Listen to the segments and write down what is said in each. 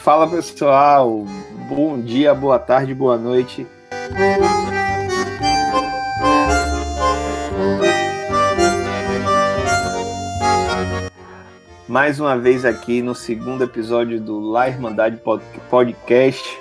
Fala pessoal, bom dia, boa tarde, boa noite. Mais uma vez aqui no segundo episódio do La Irmandade Podcast.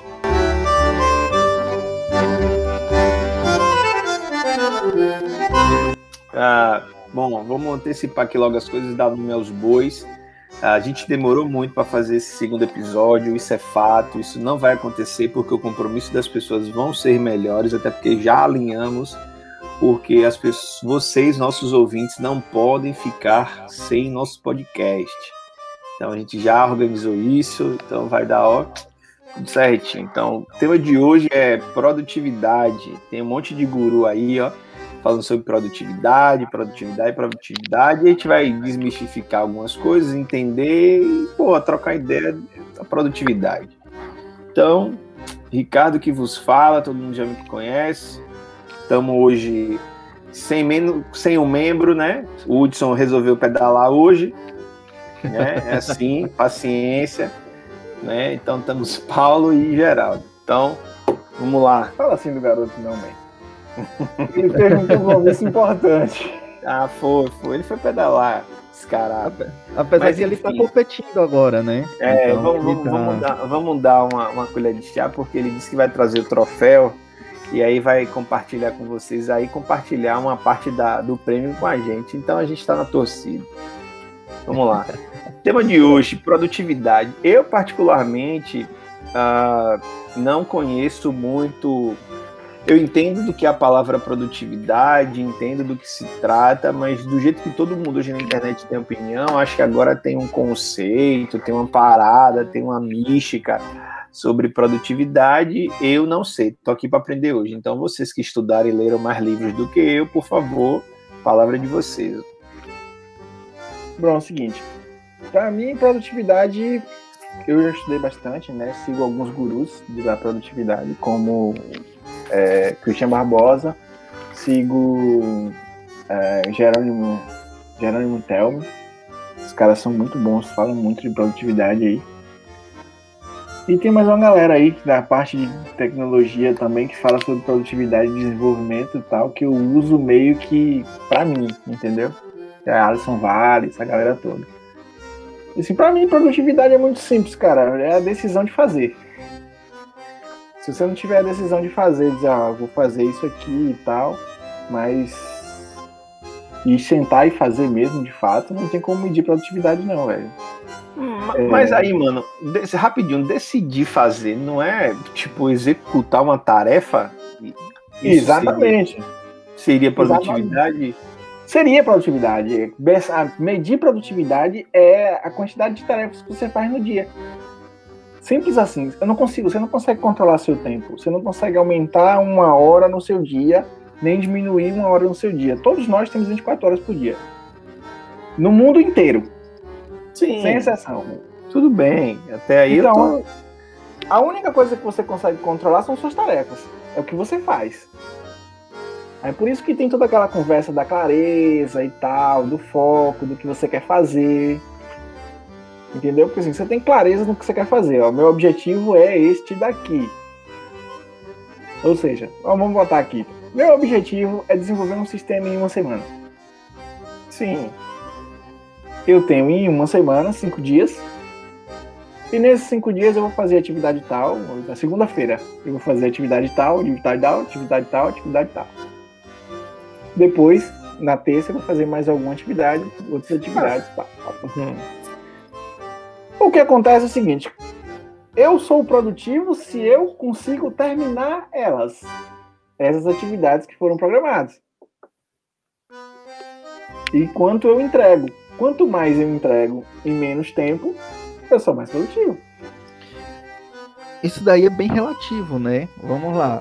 Bom, vamos antecipar aqui logo as coisas, dar nome aos bois. A gente demorou muito para fazer esse segundo episódio, isso é fato, isso não vai acontecer porque o compromisso das pessoas vão ser melhores, até porque já alinhamos, porque vocês, nossos ouvintes, não podem ficar sem nosso podcast. Então a gente já organizou isso, então vai dar tudo certinho. Então o tema de hoje é produtividade, tem um monte de guru aí, falando sobre produtividade, e a gente vai desmistificar algumas coisas, entender e, trocar ideia da produtividade. Então, Ricardo que vos fala, todo mundo já me conhece, estamos hoje sem um membro, né? O Hudson resolveu pedalar hoje, né? É assim, paciência, né? Então, estamos Paulo e Geraldo. Então, vamos lá. Fala assim do garoto, não, mãe. Ele teve um compromisso importante. Foi. Ele foi pedalar, descarado. Apesar de ele estar competindo agora, né? Então, vamos dar uma colher de chá, porque ele disse que vai trazer o troféu e aí vai compartilhar com vocês, aí compartilhar uma parte do prêmio com a gente. Então a gente está na torcida. Vamos lá. Tema de hoje, produtividade. Eu, particularmente, não conheço muito. Eu entendo do que é a palavra produtividade, entendo do que se trata, mas do jeito que todo mundo hoje na internet tem opinião, acho que agora tem um conceito, tem uma parada, tem uma mística sobre produtividade. Eu não sei, estou aqui para aprender hoje. Então, vocês que estudaram e leram mais livros do que eu, por favor, palavra de vocês. Bom, é o seguinte, para mim, produtividade, eu já estudei bastante, né? Sigo alguns gurus da produtividade, como Christian Barbosa, sigo Jerônimo Telme. Os caras são muito bons, falam muito de produtividade aí. E tem mais uma galera aí da parte de tecnologia também que fala sobre produtividade e desenvolvimento e tal, que eu uso meio que pra mim, entendeu? É a Alisson Vale, essa galera toda. E assim, pra mim, produtividade é muito simples, cara. É a decisão de fazer. Se você não tiver a decisão de fazer, dizer, vou fazer isso aqui e tal, mas e sentar e fazer mesmo, de fato, não tem como medir produtividade não, velho. Mas aí, mano, rapidinho, decidir fazer não é, tipo, executar uma tarefa? Exatamente. Seria produtividade? Exatamente. Seria produtividade. Medir produtividade é a quantidade de tarefas que você faz no dia. Simples assim. Você não consegue controlar seu tempo. Você não consegue aumentar 1 hora no seu dia, nem diminuir 1 hora no seu dia. Todos nós temos 24 horas por dia. No mundo inteiro. Sim. Sem exceção. Tudo bem. Até aí então, a única coisa que você consegue controlar são suas tarefas. É o que você faz. É por isso que tem toda aquela conversa da clareza e tal, do foco, do que você quer fazer. Entendeu? Porque assim, você tem clareza no que você quer fazer. O meu objetivo é este daqui. Ou seja, vamos botar aqui. Meu objetivo é desenvolver um sistema em 1 semana. Sim. Eu tenho em 1 semana, 5 dias. E nesses 5 dias eu vou fazer atividade tal. Na segunda-feira eu vou fazer atividade tal, atividade tal, atividade tal, atividade tal. Depois, na terça, eu vou fazer mais alguma atividade, outras atividades. O que acontece é o seguinte: eu sou produtivo se eu consigo terminar essas atividades que foram programadas. E quanto eu entrego. Quanto mais eu entrego em menos tempo, eu sou mais produtivo. Isso daí é bem relativo, né? Vamos lá.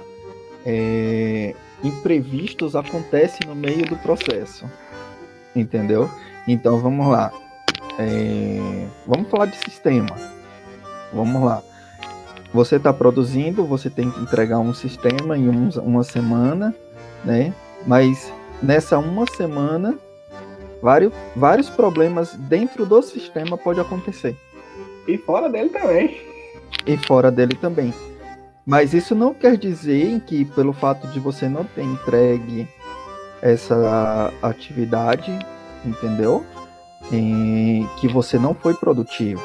Imprevistos acontecem no meio do processo, entendeu? Então vamos lá, vamos falar de sistema. Vamos lá, você está produzindo, você tem que entregar um sistema em uma semana, né? Mas nessa 1 semana vários problemas dentro do sistema podem acontecer. E fora dele também. e fora dele também. Mas isso não quer dizer que pelo fato de você não ter entregue essa atividade, entendeu? Que você não foi produtivo.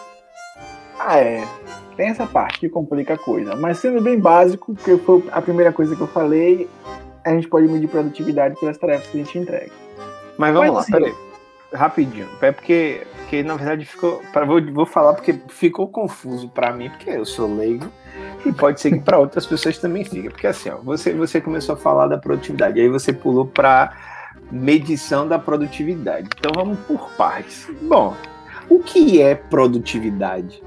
Tem essa parte que complica a coisa. Mas sendo bem básico, que foi a primeira coisa que eu falei, a gente pode medir produtividade pelas tarefas que a gente entrega. Mas vamos lá, assim, peraí. Rapidinho. É porque na verdade ficou. Vou falar porque ficou confuso pra mim, porque eu sou leigo. E pode ser que para outras pessoas também fique. Porque assim, ó, você começou a falar da produtividade, aí você pulou para medição da produtividade. Então vamos por partes. Bom, o que é produtividade?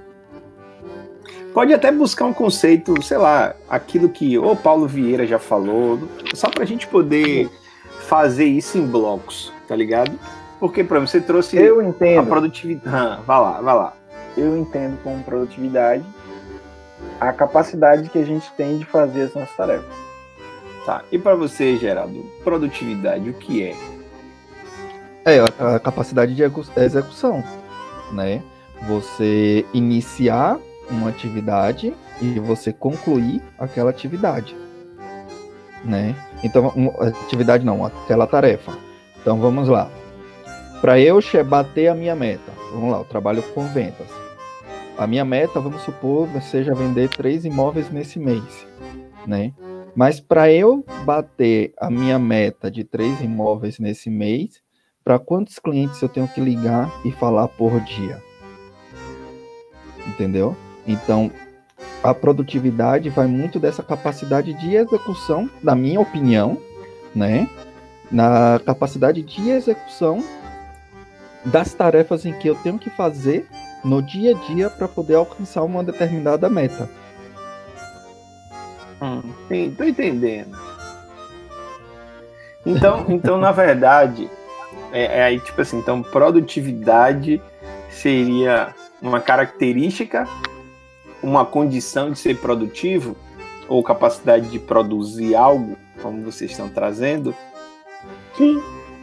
Pode até buscar um conceito, sei lá, aquilo que o Paulo Vieira já falou, só para a gente poder fazer isso em blocos, tá ligado? Porque, por exemplo, você trouxe a produtividade. Vai lá. Eu entendo como produtividade a capacidade que a gente tem de fazer as nossas tarefas. Tá. E para você, Geraldo, produtividade, o que é? É a capacidade de execução, né? Você iniciar uma atividade e você concluir aquela atividade, né? Então, atividade não, aquela tarefa. Então, vamos lá. Para eu bater a minha meta, vamos lá, eu trabalho com vendas. A minha meta, vamos supor, seja vender 3 imóveis nesse mês, né? Mas para eu bater a minha meta de 3 imóveis nesse mês, para quantos clientes eu tenho que ligar e falar por dia? Entendeu? Então, a produtividade vai muito dessa capacidade de execução, na minha opinião, né? Na capacidade de execução das tarefas em que eu tenho que fazer no dia a dia para poder alcançar uma determinada meta. Sim, tô entendendo. Então na verdade, aí tipo assim, então produtividade seria uma característica, uma condição de ser produtivo, ou capacidade de produzir algo, como vocês estão trazendo? Sim.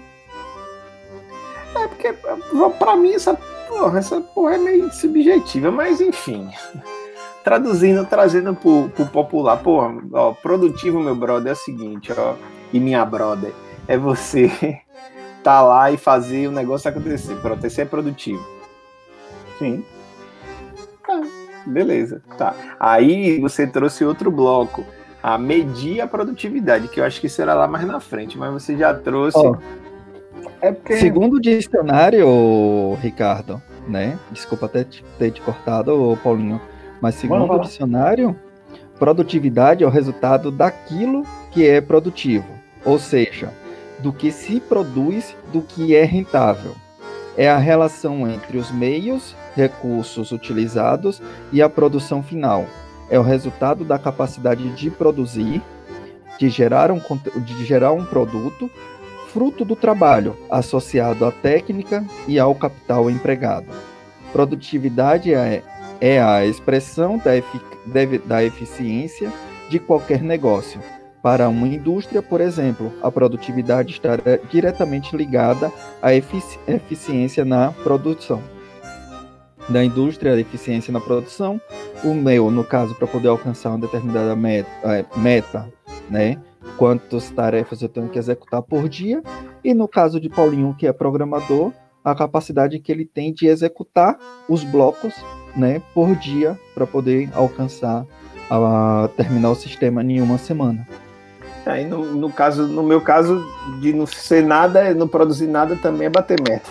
Porque pra mim essa porra é meio subjetiva, mas enfim. Trazendo pro popular, porra, ó, produtivo, meu brother, é o seguinte, ó, e minha brother, é você tá lá e fazer o negócio acontecer. Pronto, esse é produtivo. Sim. Beleza, tá. Aí você trouxe outro bloco, a medir a produtividade, que eu acho que será lá mais na frente, mas você já trouxe... Segundo o dicionário, Ricardo, né? Desculpa até ter te cortado, Paulinho, mas segundo o dicionário, produtividade é o resultado daquilo que é produtivo, ou seja, do que se produz, do que é rentável. É a relação entre os meios, recursos utilizados e a produção final. É o resultado da capacidade de produzir, de gerar um produto, fruto do trabalho, associado à técnica e ao capital empregado. Produtividade é a expressão da eficiência de qualquer negócio. Para uma indústria, por exemplo, a produtividade está diretamente ligada à eficiência na produção. Da indústria, a eficiência na produção, no caso, para poder alcançar uma determinada meta, né? Quantas tarefas eu tenho que executar por dia, e no caso de Paulinho, que é programador, a capacidade que ele tem de executar os blocos, né, por dia, para poder alcançar, terminar o sistema em uma semana. Aí no meu caso, de não ser nada, não produzir nada, também é bater meta.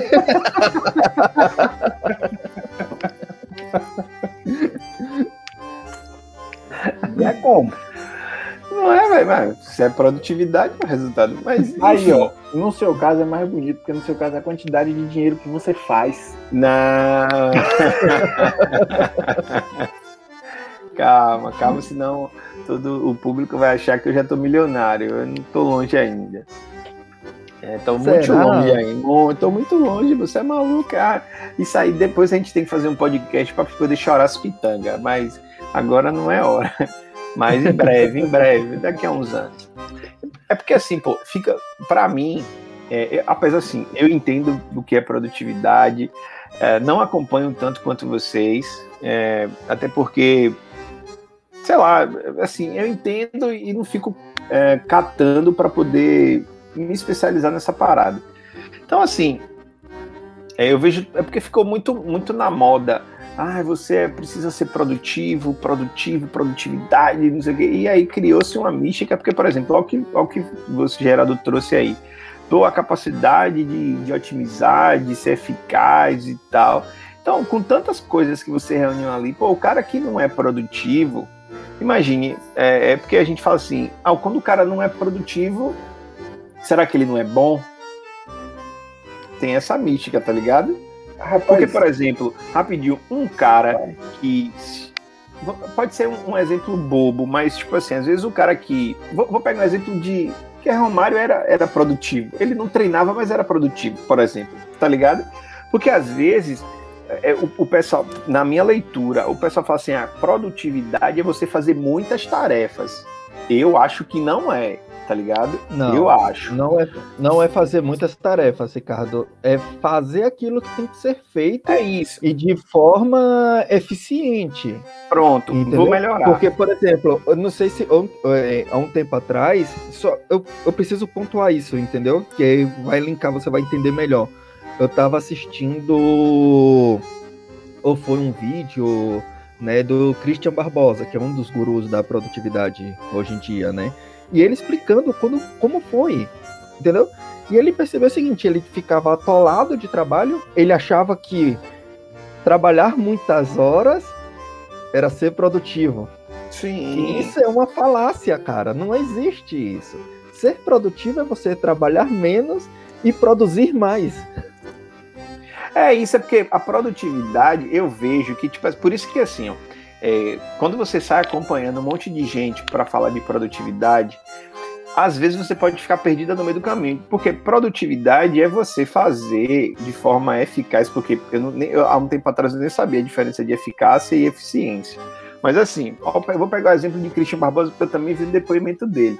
E é como? Não é, velho, mas se é produtividade, é o resultado. Mas aí, ó, no seu caso é mais bonito, porque no seu caso é a quantidade de dinheiro que você faz. Não. Calma, senão todo o público vai achar que eu já tô milionário. Eu não tô longe ainda. Tô muito longe ainda. Tô muito longe, você é maluco. Isso aí, depois a gente tem que fazer um podcast para poder chorar as pitangas, mas agora não é hora. Mas em breve, daqui a uns anos. É porque assim, pô, fica, pra mim, apesar assim, eu entendo do que é produtividade, não acompanho tanto quanto vocês, até porque, sei lá, assim, eu entendo e não fico catando para poder me especializar nessa parada. Então, assim, eu vejo, porque ficou muito na moda. Você precisa ser produtividade, não sei o quê. E aí criou-se uma mística, porque, por exemplo, olha o que você, Gerardo, trouxe aí. A capacidade de otimizar, de ser eficaz e tal. Então, com tantas coisas que você reuniu ali, o cara que não é produtivo, imagine, porque a gente fala assim, quando o cara não é produtivo, será que ele não é bom? Tem essa mística, tá ligado? Rapaz, porque, por exemplo, rapidinho, um cara que... Pode ser um exemplo bobo, mas, tipo assim, às vezes o cara que... Vou pegar um exemplo de... que Romário era produtivo. Ele não treinava, mas era produtivo, por exemplo. Tá ligado? Porque, às vezes, o pessoal... Na minha leitura, o pessoal fala assim, produtividade é você fazer muitas tarefas. Eu acho que não é. Tá ligado? Não, eu acho. Não é fazer muitas tarefas, Ricardo. É fazer aquilo que tem que ser feito. É isso. E de forma eficiente. Pronto, entendeu? Vou melhorar. Porque, por exemplo, eu não sei se há um tempo atrás, eu preciso pontuar isso, entendeu? Que aí vai linkar, você vai entender melhor. Eu tava assistindo, ou foi um vídeo, né, do Christian Barbosa, que é um dos gurus da produtividade hoje em dia, né? E ele explicando como foi, entendeu? E ele percebeu o seguinte, ele ficava atolado de trabalho, ele achava que trabalhar muitas horas era ser produtivo. Sim. E isso é uma falácia, cara, não existe isso. Ser produtivo é você trabalhar menos e produzir mais. Isso é porque a produtividade, eu vejo que, tipo, por isso que assim, quando você sai acompanhando um monte de gente para falar de produtividade, às vezes você pode ficar perdida no meio do caminho, porque produtividade é você fazer de forma eficaz, porque há um tempo atrás eu nem sabia a diferença de eficácia e eficiência. Mas assim, eu vou pegar o exemplo de Christian Barbosa, porque eu também vi o depoimento dele.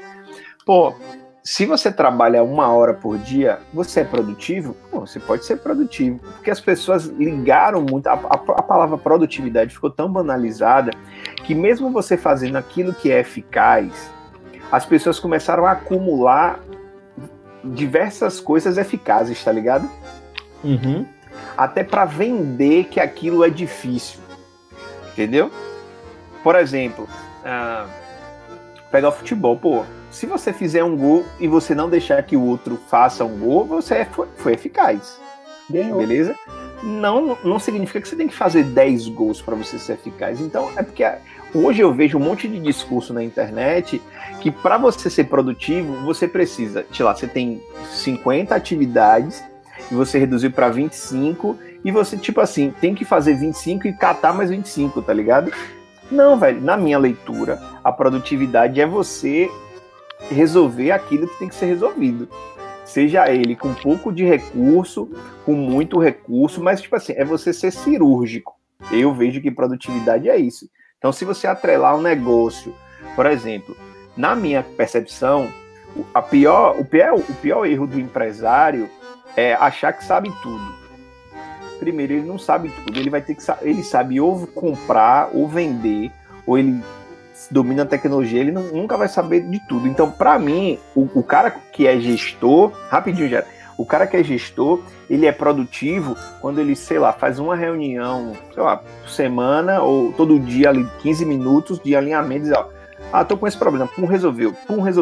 Se você trabalha 1 hora por dia, você é produtivo? Você pode ser produtivo. Porque as pessoas ligaram muito. A palavra produtividade ficou tão banalizada que mesmo você fazendo aquilo que é eficaz, as pessoas começaram a acumular diversas coisas eficazes, tá ligado? Uhum. Até para vender que aquilo é difícil. Entendeu? Por exemplo, pegar o futebol, se você fizer um gol e você não deixar que o outro faça um gol, você foi eficaz. Ganhou. Beleza? Não significa que você tem que fazer 10 gols para você ser eficaz. Então, é porque hoje eu vejo um monte de discurso na internet que para você ser produtivo, você precisa, sei lá, você tem 50 atividades e você reduziu para 25 e você, tipo assim, tem que fazer 25 e catar mais 25, tá ligado? Não, velho, na minha leitura, a produtividade é você resolver aquilo que tem que ser resolvido. Seja ele com pouco de recurso, com muito recurso, mas, tipo assim, é você ser cirúrgico. Eu vejo que produtividade é isso. Então, se você atrelar um negócio, por exemplo, na minha percepção, o pior erro do empresário é achar que sabe tudo. Primeiro, ele não sabe tudo. Ele vai ter que ele sabe ou comprar, ou vender, ou ele domina a tecnologia, ele nunca vai saber de tudo. Então, para mim, o cara que é gestor, rapidinho já, o cara que é gestor, ele é produtivo quando ele, sei lá, faz uma reunião, sei lá, por semana ou todo dia ali, 15 minutos de alinhamento, e diz, tô com esse problema, resolveu,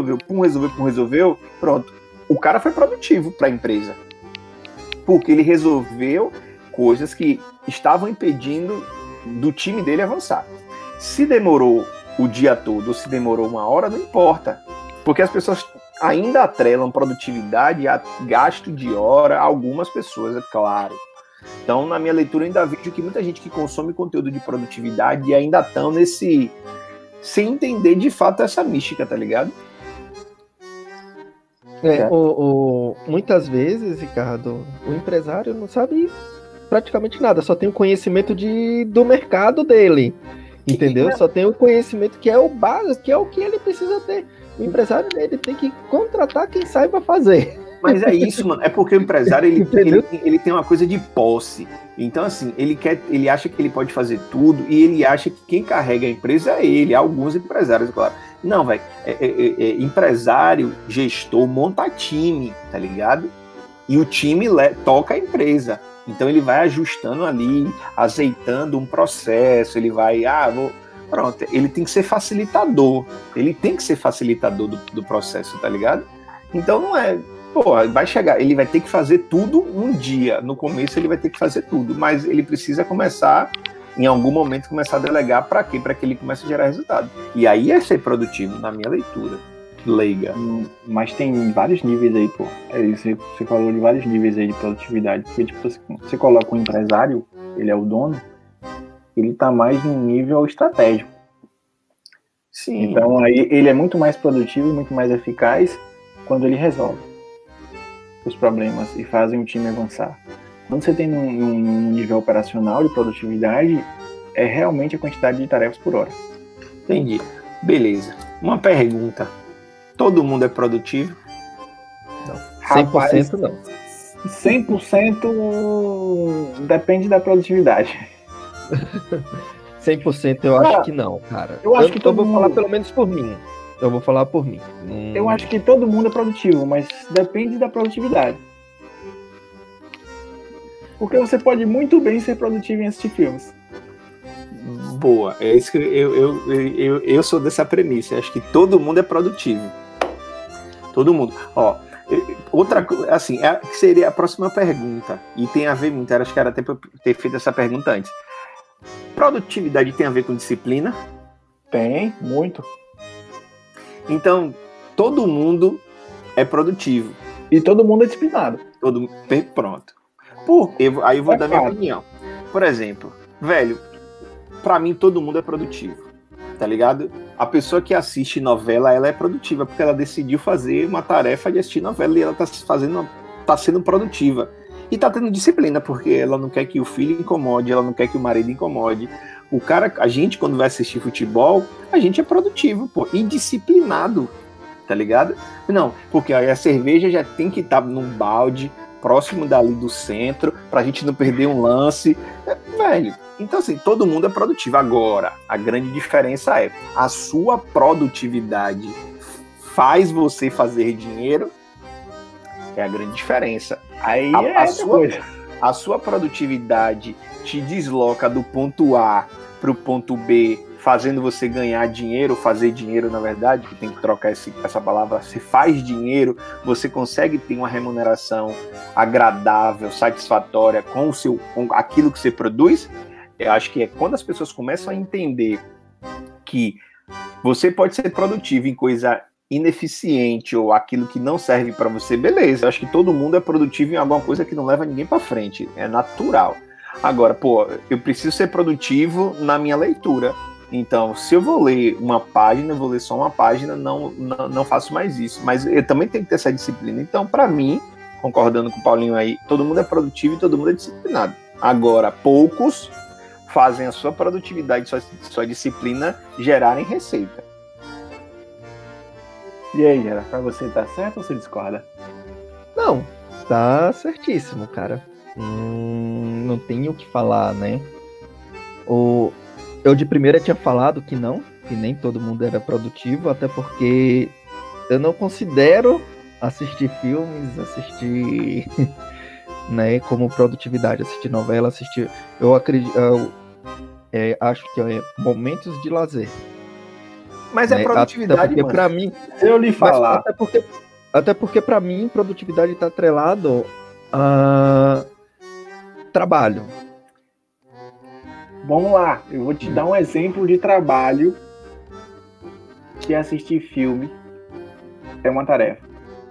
pronto. O cara foi produtivo para a empresa, porque ele resolveu coisas que estavam impedindo do time dele avançar. Se demorou o dia todo ou se demorou 1 hora, não importa. Porque as pessoas ainda atrelam produtividade a gasto de hora, algumas pessoas, é claro. Então, na minha leitura, eu ainda vejo que muita gente que consome conteúdo de produtividade ainda estão sem entender de fato essa mística, tá ligado? Muitas vezes, Ricardo, o empresário não sabe praticamente nada, só tem o conhecimento do mercado dele. Entendeu? Só tem o conhecimento que é o básico, que é o que ele precisa ter. O empresário dele tem que contratar quem saiba fazer. Mas é isso, mano. É porque o empresário ele tem uma coisa de posse. Então, assim, ele acha que ele pode fazer tudo e ele acha que quem carrega a empresa é ele, alguns empresários, claro. Não, velho, empresário, gestor, monta time, tá ligado? E o time toca a empresa. Então ele vai ajustando ali, azeitando um processo, ele vai, pronto, ele tem que ser facilitador, do processo, tá ligado? Então não é, vai chegar, ele vai ter que fazer tudo um dia, no começo ele vai ter que fazer tudo, mas ele precisa começar, em algum momento, começar a delegar para quê? Para que ele comece a gerar resultado. E aí é ser produtivo, na minha leitura leiga. Mas tem vários níveis aí, pô. Você falou de vários níveis aí de produtividade. Porque, tipo, você coloca um empresário, ele é o dono, ele tá mais num nível estratégico. Sim. Então, aí ele é muito mais produtivo e muito mais eficaz quando ele resolve os problemas e faz um time avançar. Quando você tem num nível operacional de produtividade, é realmente a quantidade de tarefas por hora. Entendi. Beleza. Uma pergunta. Todo mundo é produtivo? Não. 100% não. 100% depende da produtividade. 100% eu acho que não, cara. Eu acho que eu vou falar pelo menos por mim. Eu vou falar por mim. Eu acho que todo mundo é produtivo, mas depende da produtividade. Porque você pode muito bem ser produtivo em assistir filmes. Boa, é isso que eu sou dessa premissa. Eu acho que todo mundo é produtivo. Todo mundo. Ó, outra coisa, assim, que seria a próxima pergunta, e tem a ver muito, acho que era até pra eu ter feito essa pergunta antes. Produtividade tem a ver com disciplina? Tem, muito. Então, todo mundo é produtivo. E todo mundo é disciplinado. Pronto. Aí eu vou dar minha opinião. Por exemplo, velho, pra mim todo mundo é produtivo. Tá ligado? A pessoa que assiste novela, ela é produtiva, porque ela decidiu fazer uma tarefa de assistir novela e ela tá sendo produtiva. E tá tendo disciplina, porque ela não quer que o filho incomode, ela não quer que o marido incomode. A gente, quando vai assistir futebol, a gente é produtivo, pô, e disciplinado, tá ligado? Não, porque aí a cerveja já tem que estar num balde, próximo dali do centro, pra gente não perder um lance. Velho, então assim, todo mundo é produtivo. Agora, a grande diferença é, a sua produtividade faz você fazer dinheiro? É a grande diferença. Aí a sua produtividade te desloca do ponto A para o ponto B, fazendo você ganhar dinheiro, fazer dinheiro, na verdade, que tem que trocar essa palavra. Você faz dinheiro, você consegue ter uma remuneração agradável, satisfatória com aquilo que você produz. Eu acho que é quando as pessoas começam a entender que você pode ser produtivo em coisa ineficiente ou aquilo que não serve para você, beleza. Eu acho que todo mundo é produtivo em alguma coisa que não leva ninguém para frente. É natural. Agora, eu preciso ser produtivo na minha leitura. Então, se eu vou ler uma página, eu vou ler só uma página, não faço mais isso. Mas eu também tenho que ter essa disciplina. Então, para mim, concordando com o Paulinho aí, todo mundo é produtivo e todo mundo é disciplinado. Agora, poucos fazem a sua produtividade, sua disciplina gerarem receita. E aí, Gera, pra você tá certo ou você discorda? Não, tá certíssimo, cara. Não tenho o que falar, né? Eu de primeira tinha falado que não, que nem todo mundo era produtivo, até porque eu não considero assistir filmes, assistir né, como produtividade, assistir novela, assistir... Eu acredito... acho que é momentos de lazer. Mas é produtividade, até porque, mano. Pra mim, se eu lhe falar... Até porque pra mim, produtividade tá atrelado a trabalho. Vamos lá, eu vou te dar um exemplo de trabalho que assistir filme é uma tarefa.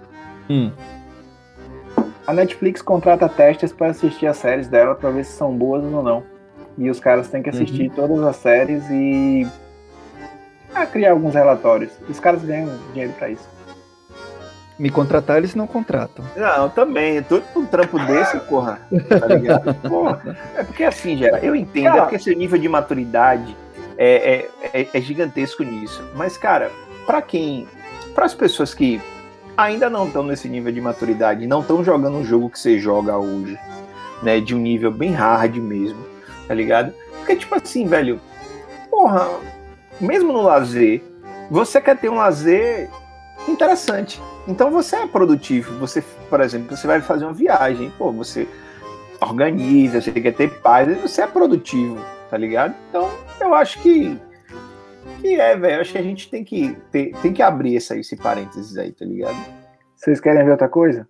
A Netflix contrata testes para assistir as séries dela para ver se são boas ou não. E os caras têm que assistir todas as séries e criar alguns relatórios. Os caras ganham dinheiro para isso. Me contratar, eles não contratam. Não, também. Todo um trampo desse, porra. Tá ligado? Porra. É porque assim, Gera, eu entendo, é porque seu nível de maturidade é gigantesco nisso. Mas, cara, para as pessoas que ainda não estão nesse nível de maturidade, não estão jogando o jogo que você joga hoje, né, de um nível bem hard mesmo, tá ligado? Porque, tipo assim, velho, porra, mesmo no lazer, você quer ter um lazer interessante. Então você é produtivo. Você, por exemplo, você vai fazer uma viagem, pô, você organiza, você quer ter paz, você é produtivo, tá ligado? Então, eu acho que velho, acho que a gente tem que abrir esse parênteses aí, tá ligado? Vocês querem ver outra coisa?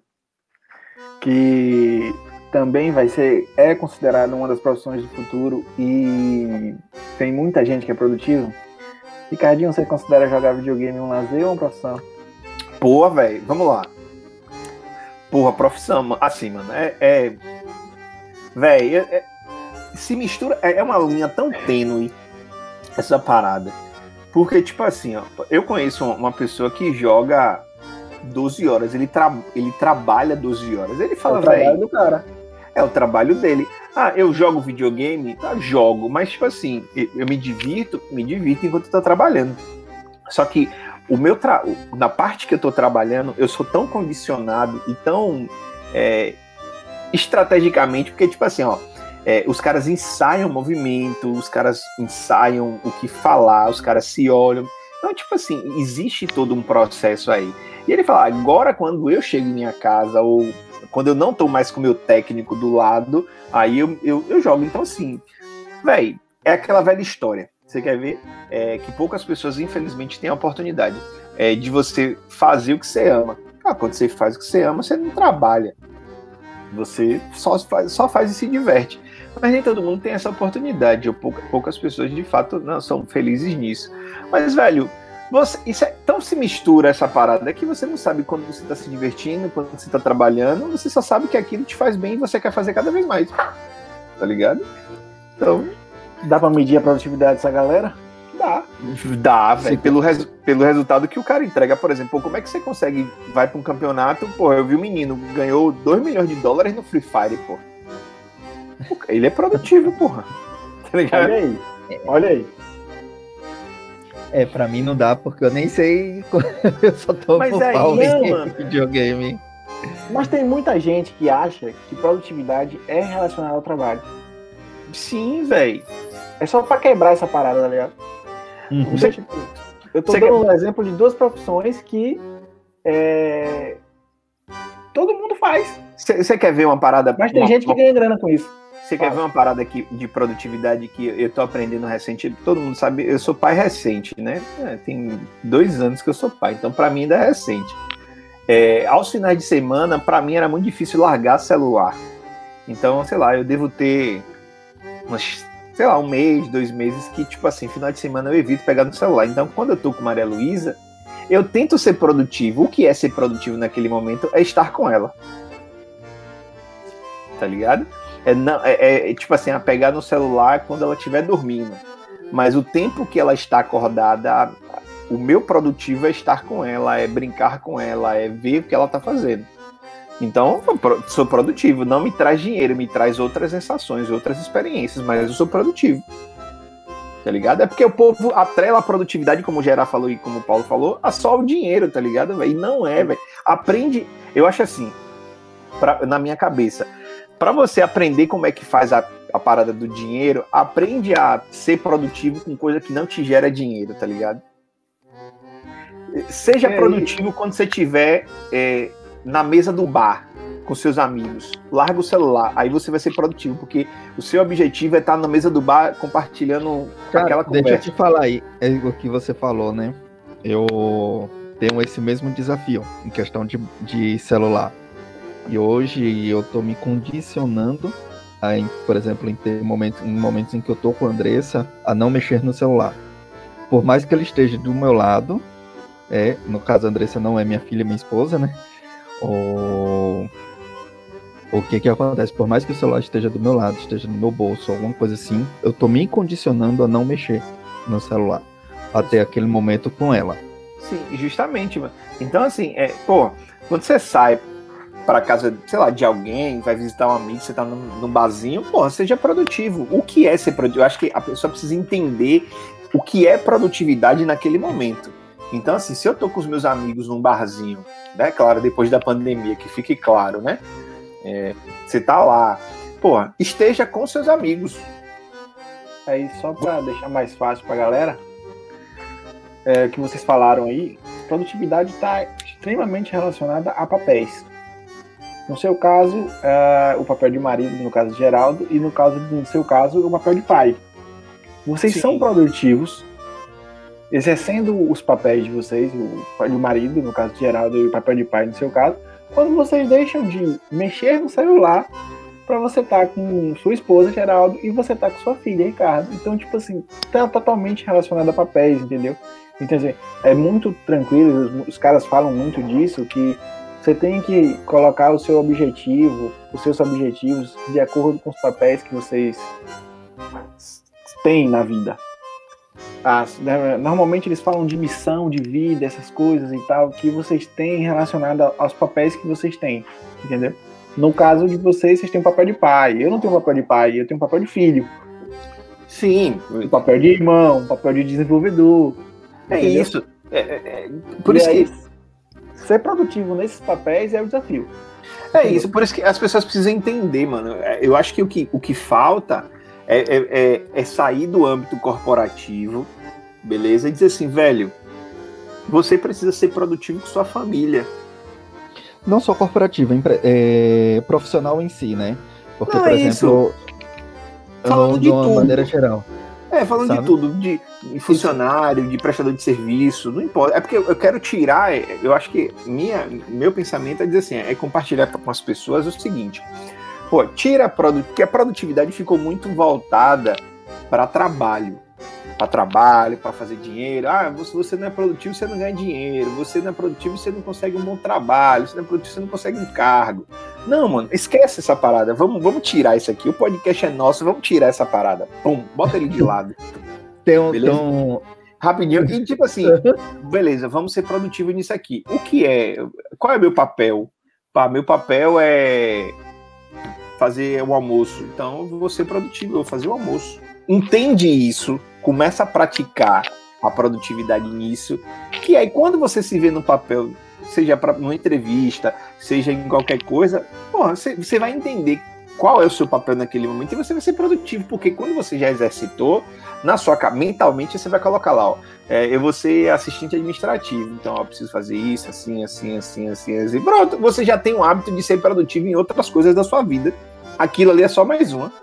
Que também é considerada uma das profissões do futuro e tem muita gente que é produtivo. Ricardinho, você considera jogar videogame um lazer ou uma profissão? Porra, velho, vamos lá. Porra, profissão, assim, mano, velho, se mistura, é uma linha tão tênue essa parada. Porque, tipo assim, ó, eu conheço uma pessoa que joga 12 horas, ele trabalha 12 horas. Ele fala, velho. É o trabalho do cara. É o trabalho dele. Ah, eu jogo videogame? Jogo, mas, tipo assim, eu me divirto enquanto eu tô trabalhando. Só que na parte que eu tô trabalhando, eu sou tão condicionado e tão estrategicamente, porque, tipo assim, ó, os caras ensaiam o movimento, os caras ensaiam o que falar, os caras se olham. Então, tipo assim, existe todo um processo aí. E ele fala, agora quando eu chego em minha casa, ou quando eu não tô mais com o meu técnico do lado, aí eu jogo. Então, assim, velho, é aquela velha história. Você quer ver? Que poucas pessoas, infelizmente, têm a oportunidade de você fazer o que você ama. Quando você faz o que você ama, você não trabalha. Você só faz e se diverte. Mas nem todo mundo tem essa oportunidade. Poucas pessoas, de fato, não são felizes nisso. Mas, velho, tão se mistura essa parada que você não sabe quando você tá se divertindo, quando você tá trabalhando, você só sabe que aquilo te faz bem e você quer fazer cada vez mais. Tá ligado? Então... Dá pra medir a produtividade dessa galera? Dá, velho. Pelo resultado que o cara entrega, por exemplo. Pô, como é que você consegue, vai pra um campeonato, pô, eu vi um menino, ganhou $2 milhões no Free Fire, pô. Ele é produtivo, porra. Tá ligado? Olha aí. Pra mim não dá, porque eu nem sei. Eu só tô por pau em videogame. Mas tem muita gente que acha que produtividade é relacionada ao trabalho. Sim, velho. É só pra quebrar essa parada, tá ligado? Uhum. Eu tô dando um exemplo de duas profissões que todo mundo faz. Você quer ver uma parada... Mas tem gente que ganha grana com isso. Você quer ver uma parada aqui de produtividade que eu tô aprendendo recente? Todo mundo sabe, eu sou pai recente, né? Tem 2 anos que eu sou pai, então pra mim ainda é recente. Aos finais de semana, pra mim era muito difícil largar celular. Então, sei lá, eu devo ter um mês, 2 meses que, tipo assim, final de semana eu evito pegar no celular. Então, quando eu tô com Maria Luísa, eu tento ser produtivo. O que é ser produtivo naquele momento é estar com ela. Tá ligado? Tipo assim, a pegar no celular quando ela estiver dormindo. Mas o tempo que ela está acordada, o meu produtivo é estar com ela, é brincar com ela, é ver o que ela tá fazendo. Então, sou produtivo. Não me traz dinheiro, me traz outras sensações, outras experiências, mas eu sou produtivo. Tá ligado? É porque o povo atrela a produtividade, como o Gerard falou e como o Paulo falou, a só o dinheiro, tá ligado, velho? E não é, velho. Aprende, eu acho assim, na minha cabeça, pra você aprender como é que faz a parada do dinheiro, aprende a ser produtivo com coisa que não te gera dinheiro, tá ligado? Seja produtivo quando você tiver na mesa do bar com seus amigos. Larga o celular, aí você vai ser produtivo, porque o seu objetivo é estar na mesa do bar compartilhando aquela conversa. Deixa eu te falar aí, o que você falou, né? Eu tenho esse mesmo desafio em questão de celular. E hoje eu tô me condicionando por exemplo, em momentos em que eu tô com a Andressa, a não mexer no celular. Por mais que ele esteja do meu lado, no caso a Andressa não é minha filha, minha esposa, né? O que acontece? Por mais que o celular esteja do meu lado, esteja no meu bolso, alguma coisa assim, eu tô me condicionando a não mexer no celular até aquele momento com ela. Sim, justamente, mano. Então, assim, quando você sai pra casa, sei lá, de alguém, vai visitar um amigo, você tá num barzinho, seja produtivo. O que é ser produtivo? Eu acho que a pessoa precisa entender o que é produtividade naquele momento. Então, assim, se eu tô com os meus amigos num barzinho, né, claro, depois da pandemia, que fique claro, né? Você tá lá, porra, esteja com seus amigos. Aí, só para deixar mais fácil para a galera, o que vocês falaram aí, produtividade está extremamente relacionada a papéis. No seu caso, o papel de marido, no caso de Geraldo, e no seu caso, o papel de pai. Vocês são produtivos, exercendo os papéis de vocês, o papel de marido, no caso de Geraldo, e o papel de pai, no seu caso, quando vocês deixam de mexer no celular para você estar com sua esposa, Geraldo, e você tá com sua filha, Ricardo. Então, tipo assim, tá totalmente relacionado a papéis, entendeu? Então, assim, é muito tranquilo, os caras falam muito disso, que você tem que colocar o seu objetivo, os seus objetivos de acordo com os papéis que vocês têm na vida. Normalmente eles falam de missão, de vida, essas coisas e tal, que vocês têm relacionado aos papéis que vocês têm, entendeu? No caso de vocês têm um papel de pai. Eu não tenho um papel de pai, eu tenho um papel de filho. Sim. Um papel de irmão, um papel de desenvolvedor. É entendeu? isso. Por isso que... Ser produtivo nesses papéis é o desafio. É isso, por isso que as pessoas precisam entender, mano. Eu acho que o que falta é sair do âmbito corporativo, beleza? E dizer assim, velho, você precisa ser produtivo com sua família. Não só corporativo, profissional em si, né? Porque, não, por exemplo, falando de tudo. De maneira geral. Falando sabe? de tudo, de funcionário, de prestador de serviço, não importa. É porque eu quero tirar, eu acho que meu pensamento é dizer assim, é compartilhar com as pessoas o seguinte, pô, porque a produtividade ficou muito voltada para trabalho, para fazer dinheiro. Se você não é produtivo, você não ganha dinheiro. Você não é produtivo, você não consegue um bom trabalho. Você não é produtivo, você não consegue um cargo. Não, mano, esquece essa parada. Vamos tirar isso aqui. O podcast é nosso, vamos tirar essa parada. Pum, bota ele de lado. Beleza? Rapidinho. E tipo assim, beleza, vamos ser produtivos nisso aqui. Qual é meu papel? Meu papel é fazer o almoço. Então, eu vou ser produtivo, eu vou fazer o almoço. Entende isso, começa a praticar a produtividade nisso, que aí quando você se vê no papel, seja numa entrevista, seja em qualquer coisa, você vai entender qual é o seu papel naquele momento e você vai ser produtivo, porque quando você já exercitou, mentalmente você vai colocar lá, eu vou ser assistente administrativo, então eu preciso fazer isso, assim, pronto, você já tem o hábito de ser produtivo em outras coisas da sua vida, aquilo ali é só mais uma.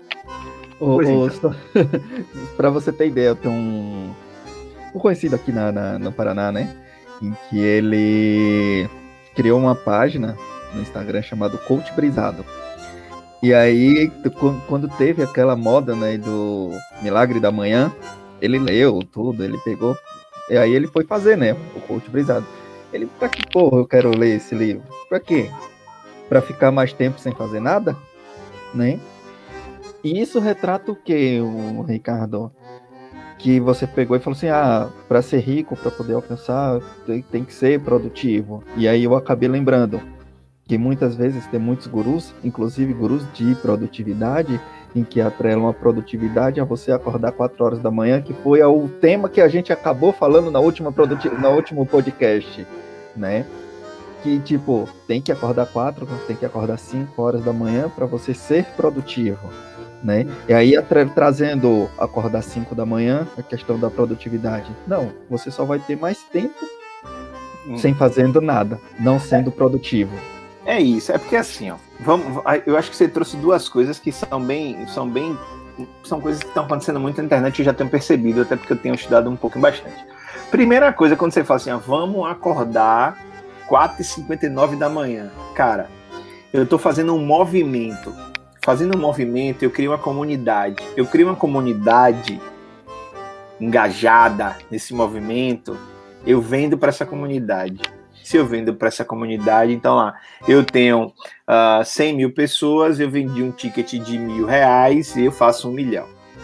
Pra você ter ideia, eu tenho um conhecido aqui no Paraná, né? Em que ele criou uma página no Instagram chamado Coach Brisado. E aí, quando teve aquela moda, né, do Milagre da Manhã, ele leu tudo, ele pegou, e aí ele foi fazer, né, o Coach Brisado. Ele, pra que porra eu quero ler esse livro? Pra quê? Pra ficar mais tempo sem fazer nada? Né? E isso retrata o que, o Ricardo? Que você pegou e falou assim, para ser rico, para poder alcançar, tem que ser produtivo. E aí eu acabei lembrando que muitas vezes tem muitos gurus, inclusive gurus de produtividade, em que atrelam a produtividade a você acordar 4 horas da manhã, que foi o tema que a gente acabou falando no último podcast, né? Que, tipo, tem que acordar 4, tem que acordar 5 horas da manhã para você ser produtivo, né? E aí, trazendo acordar 5 da manhã, a questão da produtividade. Não, você só vai ter mais tempo sem fazendo nada, não sendo produtivo. É isso, é porque assim, eu acho que você trouxe duas coisas que são coisas que estão acontecendo muito na internet, eu já tenho percebido, até porque eu tenho estudado um pouco bastante. Primeira coisa, quando você fala assim, vamos acordar 4h59 da manhã. Cara, eu tô fazendo um movimento. Eu crio uma comunidade. Eu crio uma comunidade engajada nesse movimento. Eu vendo para essa comunidade. Se eu vendo para essa comunidade, então lá, eu tenho 100 mil pessoas, eu vendi um ticket de R$1.000 e eu faço 1 milhão.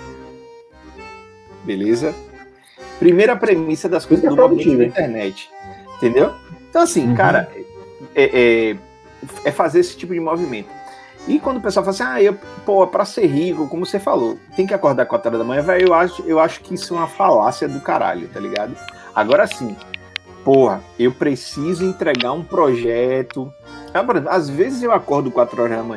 Beleza? Primeira premissa das coisas do movimento da internet. Entendeu? Então, assim, cara, é fazer esse tipo de movimento. E quando o pessoal fala assim, pra ser rico, como você falou, tem que acordar 4 horas da manhã, velho, eu acho que isso é uma falácia do caralho, tá ligado? Agora sim, eu preciso entregar um projeto. Às vezes eu acordo 4 horas da manhã.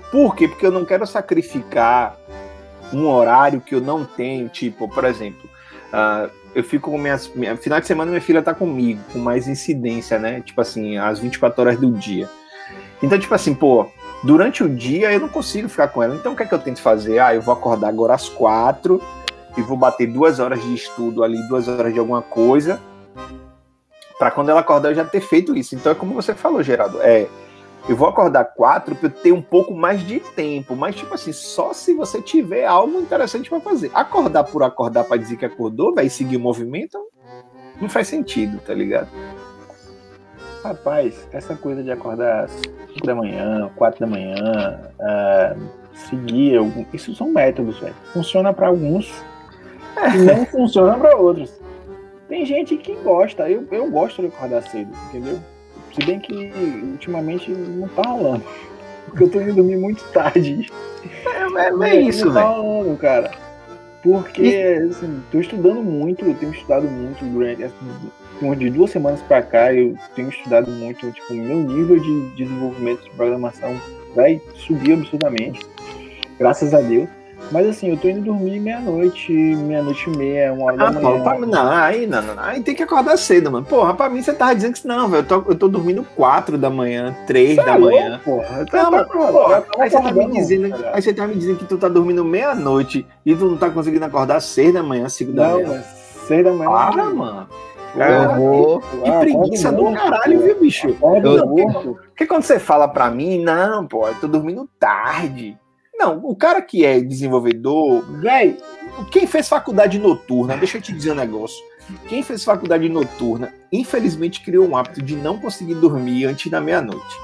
Por quê? Porque eu não quero sacrificar um horário que eu não tenho, tipo, por exemplo, eu fico com final de semana minha filha tá comigo, com mais incidência, né? Tipo assim, às 24 horas do dia. Então, tipo assim, pô, durante o dia eu não consigo ficar com ela. Então, o que é que eu tento fazer? Eu vou acordar agora às 4 e vou bater 2 horas de estudo ali, 2 horas de alguma coisa, para quando ela acordar eu já ter feito isso. Então, é como você falou, Geraldo, eu vou acordar 4 para eu ter um pouco mais de tempo, mas tipo assim, só se você tiver algo interessante para fazer. Acordar por acordar para dizer que acordou, vai seguir o movimento, não faz sentido, tá ligado? Rapaz, essa coisa de acordar às 5 da manhã, 4 da manhã, seguir, isso são métodos, velho. Funciona para alguns e não funciona para outros. Tem gente que gosta, eu gosto de acordar cedo, entendeu? Se bem que ultimamente não tá rolando. Porque eu tô indo dormir muito tarde. É isso, não tá rolando, cara. Porque, assim, tô estudando muito, eu tenho estudado muito de 2 semanas pra cá, eu tenho estudado muito, tipo, meu nível de desenvolvimento de programação vai subir absurdamente. Graças a Deus. Mas assim, eu tô indo dormir meia-noite e meia, 1 hora da manhã. Aí tem que acordar cedo, mano. Porra, pra mim você tava dizendo que não, velho. Eu tô dormindo 4 da manhã, 3 da manhã. Porra, aí você tá me dizendo que tu tá dormindo meia-noite e tu não tá conseguindo acordar 6 da manhã, 5 da manhã. Não, mas 6 da manhã. Para, mano. Eu vou. Que preguiça do caralho, viu, bicho? Porque quando você fala pra mim, não, pô, eu tô dormindo tarde. Não, o cara que é desenvolvedor, velho, quem fez faculdade noturna, deixa eu te dizer um negócio. Quem fez faculdade noturna, infelizmente criou um hábito de não conseguir dormir antes da meia-noite.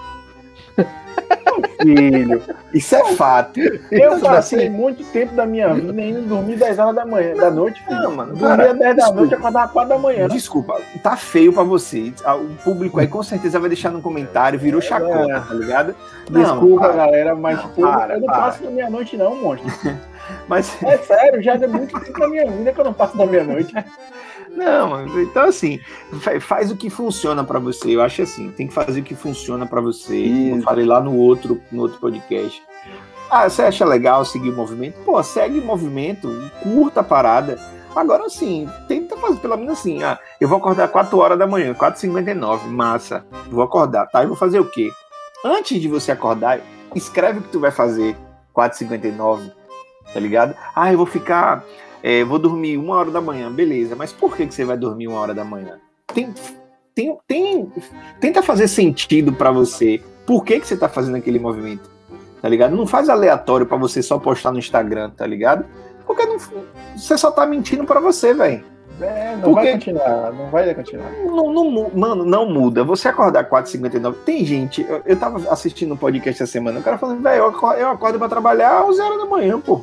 Filho, isso é fato. Eu passei muito tempo da minha vida indo dormir 10 horas da noite. Filho. Não, mano. Dormia 10 da noite e acordava 4 da manhã. Desculpa, tá feio pra você. O público aí com certeza vai deixar no comentário, virou chacota, tá ligado? Desculpa, galera, mas eu não passo da meia-noite não, monstro. Mas... É sério, já é muito tempo da minha vida que eu não passo da meia-noite. Não, mano, então assim, faz o que funciona pra você. Eu acho assim, tem que fazer o que funciona pra você. Isso. Eu falei lá no outro podcast. Você acha legal seguir o movimento? Pô, segue o movimento, curta a parada. Agora sim, tenta fazer pelo menos assim. Eu vou acordar 4 horas da manhã, 4h59, massa. Vou acordar, tá? Eu vou fazer o quê? Antes de você acordar, escreve o que tu vai fazer 4h59, tá ligado? Eu vou ficar... vou dormir 1 hora da manhã, beleza, mas por que você vai dormir 1 hora da manhã? Tenta fazer sentido pra você. Por que você tá fazendo aquele movimento? Tá ligado? Não faz aleatório pra você só postar no Instagram, tá ligado? Porque você só tá mentindo pra você, velho. Vai continuar, não vai continuar. Mano, não muda. Você acordar 4h59, tem gente, eu tava assistindo um podcast essa semana, o cara falando, velho, eu acordo pra trabalhar às 11 horas da manhã, pô.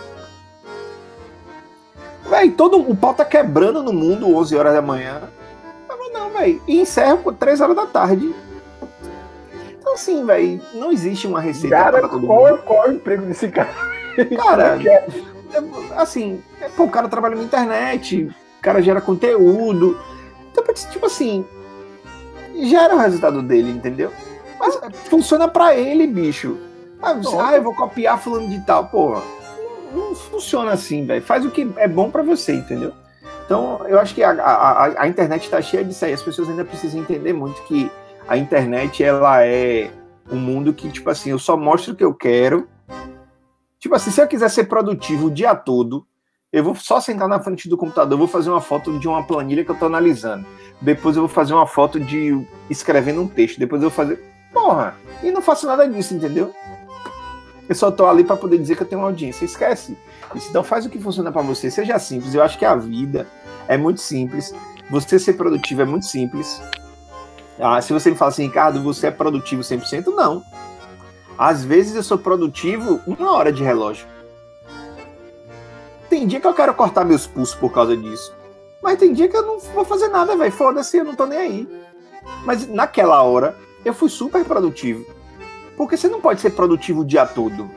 Véi, o pau tá quebrando no mundo 11 horas da manhã. Não, véi. E encerra por 3 horas da tarde. Então, assim, véi, não existe uma receita para todo mundo. Qual é o emprego desse cara? Cara, assim, o cara trabalha na internet, o cara gera conteúdo. Então, tipo assim, gera o resultado dele, entendeu? Mas funciona pra ele, bicho. Eu vou copiar fulano de tal, porra. Não funciona assim, velho. Faz o que é bom pra você, entendeu? Então, eu acho que a internet tá cheia disso aí. As pessoas ainda precisam entender muito que a internet, ela é um mundo que, tipo assim, eu só mostro o que eu quero. Tipo assim, se eu quiser ser produtivo o dia todo, eu vou só sentar na frente do computador, eu vou fazer uma foto de uma planilha que eu tô analisando. Depois eu vou fazer uma foto de escrevendo um texto. Depois eu vou fazer... Porra! E não faço nada disso, entendeu? Eu só tô ali para poder dizer que eu tenho uma audiência. Esquece. Então faz o que funciona para você. Seja simples. Eu acho que a vida é muito simples. Você ser produtivo é muito simples. Se você me fala assim, Ricardo, você é produtivo 100%? Não. Às vezes eu sou produtivo 1 hora de relógio. Tem dia que eu quero cortar meus pulsos por causa disso. Mas tem dia que eu não vou fazer nada, velho. Foda-se, eu não tô nem aí. Mas naquela hora, eu fui super produtivo. Porque você não pode ser produtivo o dia todo.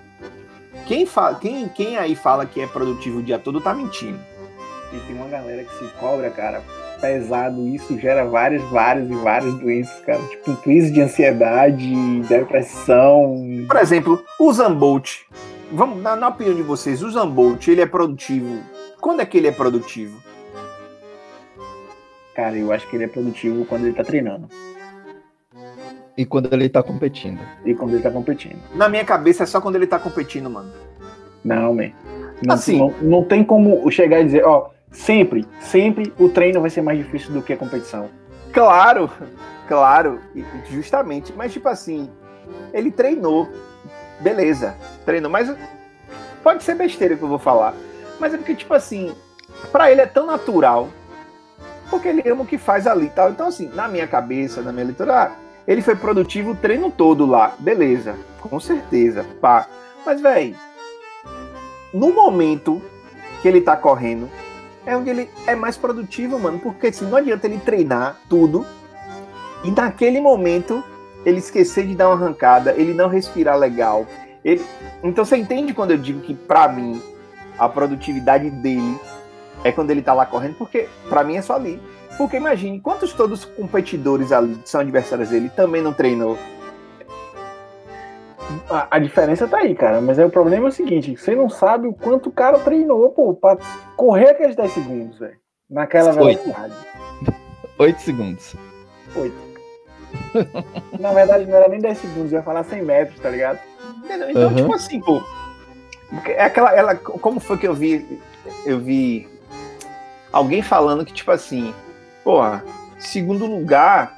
Quem aí fala que é produtivo o dia todo tá mentindo. E tem uma galera que se cobra, cara, pesado, isso gera várias doenças, cara. Tipo, crise de ansiedade, depressão. Por exemplo, o Usain Bolt. Vamos, na opinião de vocês, o Usain Bolt, ele é produtivo? Quando é que ele é produtivo? Cara, eu acho que ele é produtivo quando ele tá treinando. E quando ele tá competindo. E quando ele tá competindo. Na minha cabeça é só quando ele tá competindo, mano. Não, man. Não, Assim. não tem como chegar e dizer, ó, sempre o treino vai ser mais difícil do que a competição. Claro, justamente. Mas, tipo assim, ele treinou. Beleza, treinou. Mas pode ser besteira que eu vou falar. Mas é porque, tipo assim, pra ele é tão natural. Porque ele ama o que faz ali e tal. Então, assim, na minha cabeça, na minha leitura, ele foi produtivo o treino todo lá. Beleza, com certeza. Pá. Mas, velho, no momento que ele tá correndo, é onde ele é mais produtivo, mano. Porque assim, não adianta ele treinar tudo e naquele momento ele esquecer de dar uma arrancada, ele não respirar legal. Então você entende quando eu digo que, pra mim, a produtividade dele é quando ele tá lá correndo, porque pra mim é só ali. Porque imagine, quantos todos os competidores ali que são adversários dele também não treinou? A diferença tá aí, cara. Mas aí o problema é o seguinte: você não sabe o quanto o cara treinou, pô, pra correr aqueles 10 segundos, velho. Naquela velocidade. 8 segundos. 8. Na verdade, não era nem 10 segundos, eu ia falar 100 metros, tá ligado? Então, tipo assim, pô. É aquela. Como foi que eu vi alguém falando que, tipo assim, porra, segundo lugar.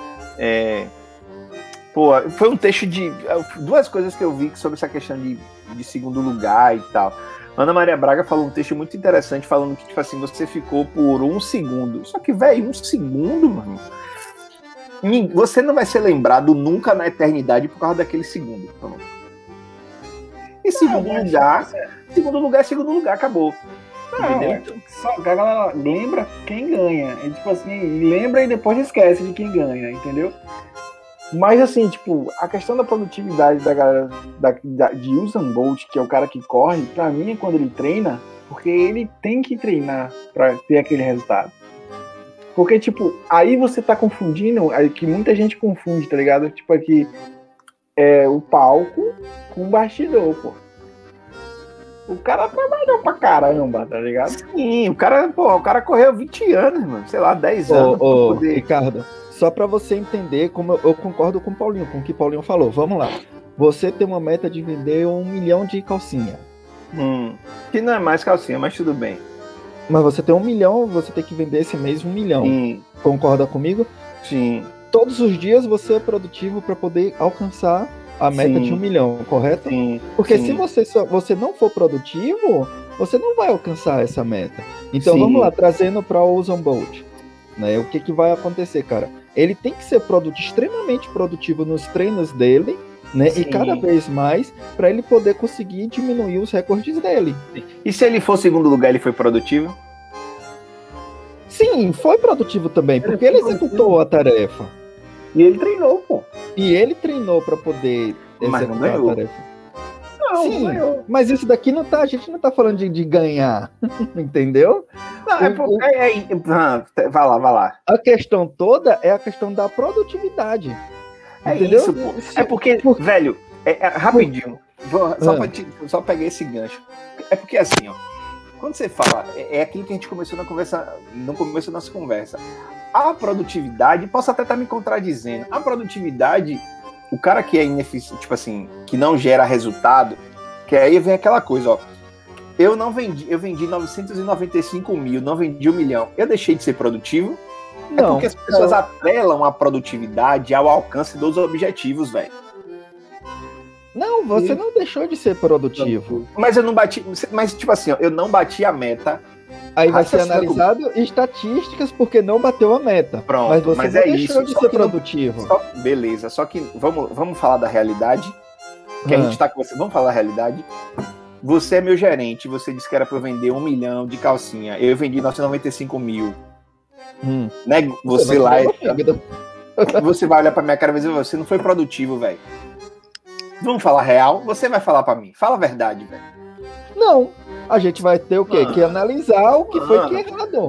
Foi um texto de. Duas coisas que eu vi sobre essa questão de segundo lugar e tal. Ana Maria Braga falou um texto muito interessante, falando que, tipo assim, você ficou por 1 segundo. Só que, velho, 1 segundo, mano. Você não vai ser lembrado nunca na eternidade por causa daquele segundo. Pronto. E segundo lugar, acabou. Não, só a galera lembra quem ganha. E, tipo assim, lembra e depois esquece de quem ganha, entendeu? Mas assim, tipo, a questão da produtividade da galera de Usain Bolt, que é o cara que corre, pra mim é quando ele treina, porque ele tem que treinar pra ter aquele resultado. Porque, tipo, aí você tá confundindo, que muita gente confunde, tá ligado? Tipo, aqui é o palco com o bastidor, pô. O cara trabalhou pra caramba, tá ligado? Sim, o cara correu 20 anos, mano. Sei lá, 10 anos. Ricardo, só pra você entender como eu concordo com o Paulinho, com o que o Paulinho falou. Vamos lá. Você tem uma meta de vender 1 milhão de calcinha. Que não é mais calcinha, mas tudo bem. Mas você tem 1 milhão, você tem que vender esse mês 1 milhão. Sim. Concorda comigo? Sim. Todos os dias você é produtivo para poder alcançar a meta de 1 milhão, correto? Sim. Porque se você não for produtivo, você não vai alcançar essa meta. Então vamos lá, trazendo para o Usain Bolt. Né? O que vai acontecer, cara? Ele tem que ser extremamente produtivo nos treinos dele, né? E cada vez mais para ele poder conseguir diminuir os recordes dele. E se ele for segundo lugar, ele foi produtivo? Sim, foi produtivo também, porque ele executou a tarefa. E ele treinou, pô. E ele treinou para poder executar a tarefa. Não, sim, ganhou. Mas isso daqui não tá, a gente não tá falando de ganhar, entendeu? Não, vai lá. A questão toda é a questão da produtividade. Entendeu? Isso, pô. É porque, velho, rapidinho, só peguei esse gancho. É porque assim, ó, quando você fala, é aquilo que a gente começou no começo da nossa conversa. A produtividade, posso até estar me contradizendo, a produtividade, o cara que é ineficiente, tipo assim, que não gera resultado, que aí vem aquela coisa, ó, eu vendi 995 mil, não vendi 1 milhão, eu deixei de ser produtivo? Não, é porque as pessoas atrelam a produtividade ao alcance dos objetivos, velho. Não, você não deixou de ser produtivo. Mas eu não bati, mas tipo assim, ó, eu não bati a meta. Aí vai ser analisado estatísticas porque não bateu a meta. Pronto, mas você não deixou de ser produtivo. Beleza, só que vamos falar da realidade. Que a gente tá com você. Vamos falar da realidade. Você é meu gerente, você disse que era pra eu vender 1 milhão de calcinha. Eu vendi 995 mil. Né? Você lá. Você vai olhar pra minha cara e vai dizer, você não foi produtivo, velho. Vamos falar real? Você vai falar pra mim. Fala a verdade, velho. Não. A gente vai ter o quê? Que analisar o que foi que errado.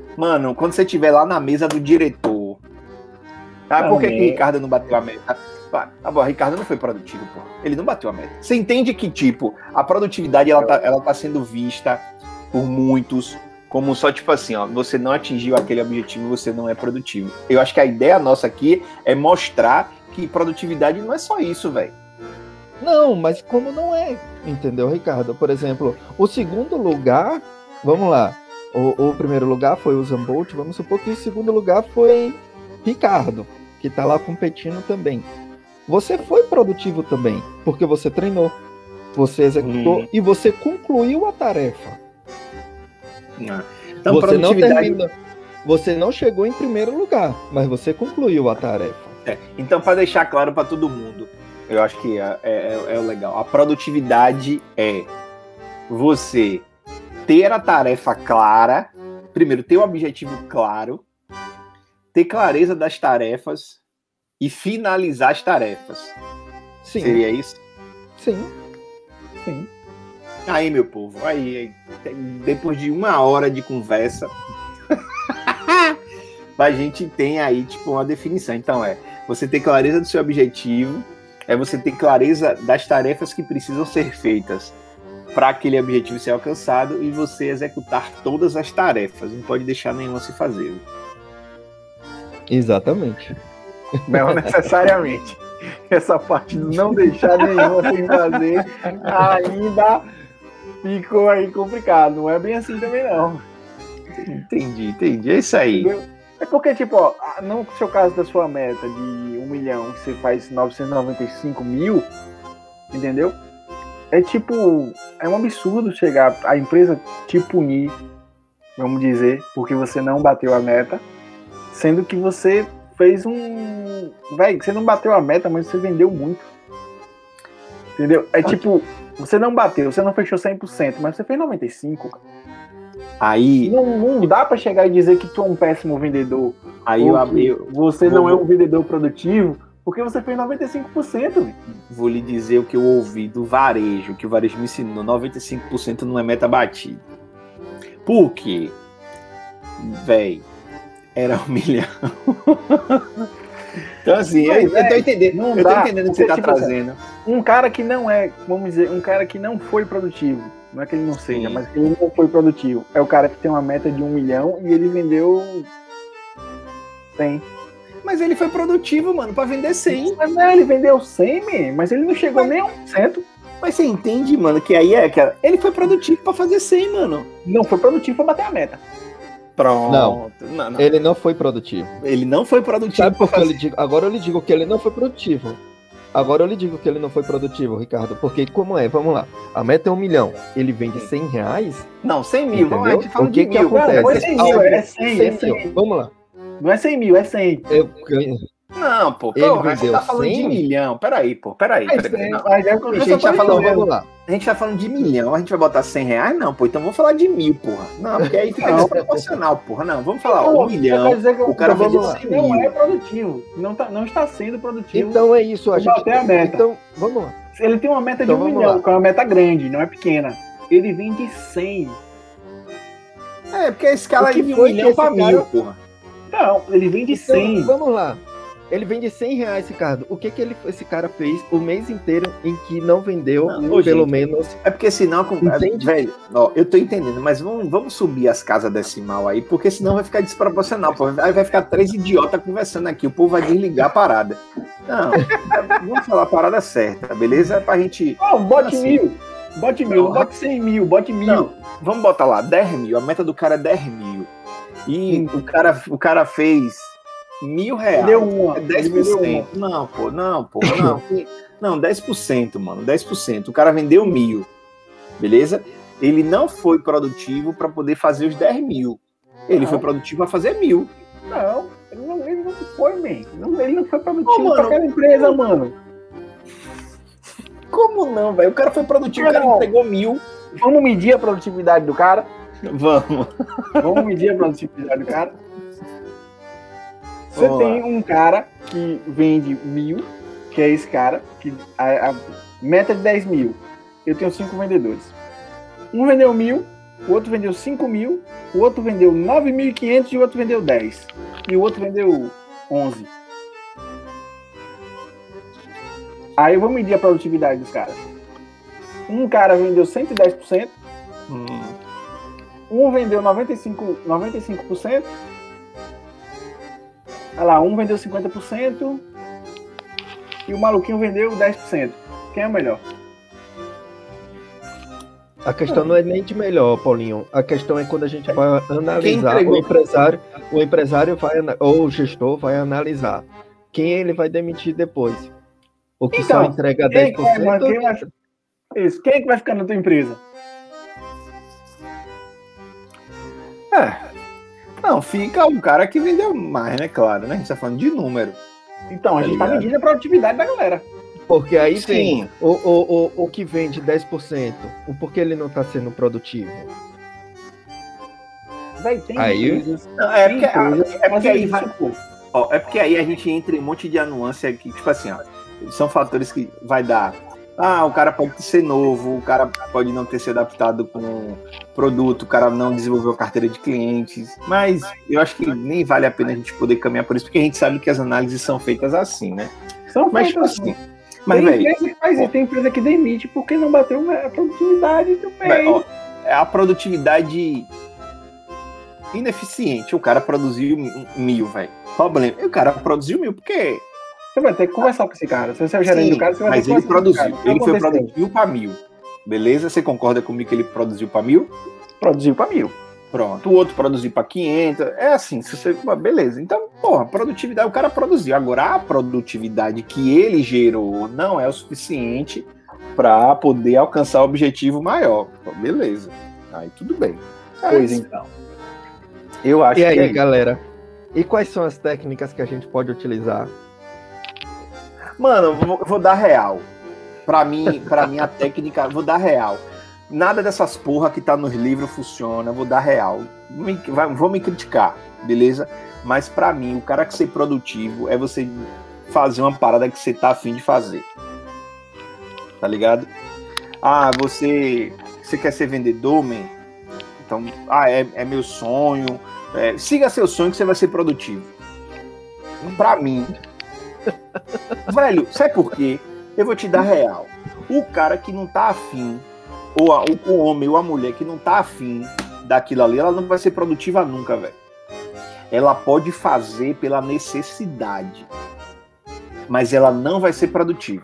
Mano, quando você estiver lá na mesa do diretor. Ah, por que o Ricardo não bateu a meta? Ah, bom, o Ricardo não foi produtivo, pô. Ele não bateu a meta. Você entende que, tipo, a produtividade, ela tá sendo vista por muitos como só, tipo assim, ó, você não atingiu aquele objetivo, você não é produtivo. Eu acho que a ideia nossa aqui é mostrar que produtividade não é só isso, velho. Não, mas como não é, entendeu, Ricardo? Por exemplo, o segundo lugar, vamos lá, o primeiro lugar foi o Zambolt, vamos supor que o segundo lugar foi Ricardo, que tá lá competindo também. Você foi produtivo também, porque você treinou, você executou e você concluiu a tarefa. Então, você não terminou, você não chegou em primeiro lugar, mas você concluiu a tarefa. Então, para deixar claro para todo mundo, eu acho que é o legal. A produtividade é você ter a tarefa clara, primeiro, ter o objetivo claro, ter clareza das tarefas e finalizar as tarefas. Sim. Seria isso? Sim. Aí, meu povo, aí depois de 1 hora de conversa, a gente tem aí, tipo, uma definição. Então, você ter clareza do seu objetivo, você ter clareza das tarefas que precisam ser feitas para aquele objetivo ser alcançado e você executar todas as tarefas. Não pode deixar nenhuma se fazer. Exatamente. Não necessariamente. Essa parte de não deixar nenhuma sem fazer ainda ficou aí complicado. Não é bem assim também, não. Entendi. É isso aí. Entendeu? É porque, tipo, ó, no seu caso da sua meta de 1 milhão, você faz 995 mil, entendeu? É tipo, é um absurdo chegar a empresa te punir, vamos dizer, porque você não bateu a meta, sendo que você fez um... Véi, você não bateu a meta, mas você vendeu muito. Entendeu? É tipo, você não bateu, você não fechou 100%, mas você fez 95%. Aí... Não dá pra chegar e dizer que tu é um péssimo vendedor. Aí você não é um vendedor produtivo, porque você fez 95%. Véio. Vou lhe dizer o que eu ouvi do varejo, que o varejo me ensinou. 95% não é meta batida. Por quê? Véi, era 1 milhão. Então, assim, eu tô entendendo. Eu tô entendendo o que você tá trazendo. Um cara que não é, vamos dizer, um cara que não foi produtivo. Não é que ele não seja, mas que ele não foi produtivo. É o cara que tem uma meta de 1 milhão e ele vendeu 100. Mas ele foi produtivo, mano, pra vender 100. Mas não, ele vendeu 100, mas ele não chegou nem a 1%. Mas você entende, mano, que aí ele foi produtivo pra fazer 100, mano. Não foi produtivo pra bater a meta. Pronto. Não. Ele não foi produtivo. Ele não foi produtivo. Sabe por que eu lhe digo? Agora eu lhe digo que ele não foi produtivo. Ricardo, porque como vamos lá, a meta é 1 milhão, ele vende 100 reais? Não, 100 mil, entendeu? O que acontece? Não é 100 mil, é 100 mil. Vamos lá. Não é 100 mil, é 100. Não, pô, ele vendeu você tá falando 100? de milhão. Peraí. Mas é o que a gente tá falando, vamos lá. A gente tá falando de milhão, a gente vai botar 100 reais? Não, pô, então vamos falar de 1000, porra. Não, porque aí fica desproporcional, porra. Não, vamos falar 1 milhão, o cara vendeu 100 mil. Não é produtivo, não está sendo produtivo. Então é isso, a gente bater a meta. Então, vamos lá. Ele tem uma meta de 1 milhão, que é uma meta grande, não é pequena. Ele vende 100. Porque a escala é de 1 milhão pra 1000, porra. Não, ele vende 100. Então, vamos lá. Ele vende 100 reais, Ricardo. O que esse cara fez o mês inteiro em que não vendeu, pelo menos... É porque senão... Velho, ó, eu tô entendendo, mas vamos subir as casas decimal aí, porque senão vai ficar desproporcional. Pô. Aí vai ficar 3 idiotas conversando aqui, o povo vai desligar a parada. Não, vamos falar a parada certa, beleza? É pra gente... Bote assim, 1000. Bote 1000, não bote 100 mil, bote 1000. Não, vamos botar lá, 10 mil. A meta do cara é 10 mil. E o cara fez... 1.000 reais. Deu uma. É 10%. Não, 10%, mano. 10%. O cara vendeu 1.000. Beleza? Ele não foi produtivo para poder fazer os 10 mil. Ele foi produtivo para fazer 1.000. Não, ele não foi, man. Ele não foi produtivo para aquela empresa, mano. Como não, velho? O cara foi produtivo, o cara entregou 1.000. Vamos medir a produtividade do cara? Vamos medir a produtividade do cara? Você tem um cara que vende 1.000, que é esse cara, que a meta é de 10 mil. Eu tenho 5 vendedores. Um vendeu 1.000 o outro vendeu 5 mil, o outro vendeu 9.500 e o outro vendeu 10. E o outro vendeu 11. Aí eu vou medir a produtividade dos caras. Um cara vendeu 110%, um vendeu 95%, olha lá, um vendeu 50% e o maluquinho vendeu 10%. Quem é o melhor? A questão não é nem de melhor, Paulinho. A questão é quando a gente vai analisar, entregou? o empresário vai, ou o gestor vai analisar quem ele vai demitir depois. O que só entrega 10%. Quem é que vai ficar na tua empresa? Não, fica o cara que vendeu mais, né? Claro, né? A gente tá falando de número. Então, a gente tá medindo a produtividade da galera. Porque aí tem Sim. o que vende 10%, o porquê ele não está sendo produtivo. Véi, tem Aí- empresas. Não, é porque aí a gente entra em um monte de nuance aqui, tipo assim, ó, são fatores que vai dar. O cara pode ser novo, o cara pode não ter se adaptado com o produto, o cara não desenvolveu a carteira de clientes, mas eu acho que nem vale a pena a gente poder caminhar por isso, porque a gente sabe que as análises são feitas assim, né? São Mas, feitas tipo assim, assim. mas, Tem velho, empresa que faz isso, tem empresa que demite porque não bateu a produtividade do Mas, mês. ó, é a produtividade ineficiente. O cara produziu 1.000, velho. Problema. E o cara produziu 1.000, porque. Você vai ter que conversar com esse cara. Se você é o gerente Sim, do cara, você vai mas ter que ele conversar com esse produziu. cara. Ele foi Aconteceu. produtivo para 1.000. Beleza? Você concorda comigo que ele produziu para 1.000? Produziu para 1.000. Pronto. O outro produziu para 500. É assim, se você. Beleza. Então, porra, produtividade, o cara produziu. Agora, a produtividade que ele gerou não é o suficiente para poder alcançar o objetivo maior. Pô, beleza. Aí tudo bem. Pois então. Eu acho E aí, que é galera? E quais são as técnicas que a gente pode utilizar? Mano, eu vou dar real. Pra mim a técnica, vou dar real. Nada dessas porra que tá nos livros funciona, vou dar real. Vão me criticar, beleza? Mas pra mim, o cara que ser produtivo é você fazer uma parada que você tá afim de fazer. Tá ligado? Você quer ser vendedor, man? Então, é meu sonho. Siga seu sonho que você vai ser produtivo. Pra mim, velho, sabe por quê? Eu vou te dar real. O cara que não tá afim, ou o homem ou a mulher que não tá afim daquilo ali, ela não vai ser produtiva nunca, velho. Ela pode fazer pela necessidade, mas ela não vai ser produtiva.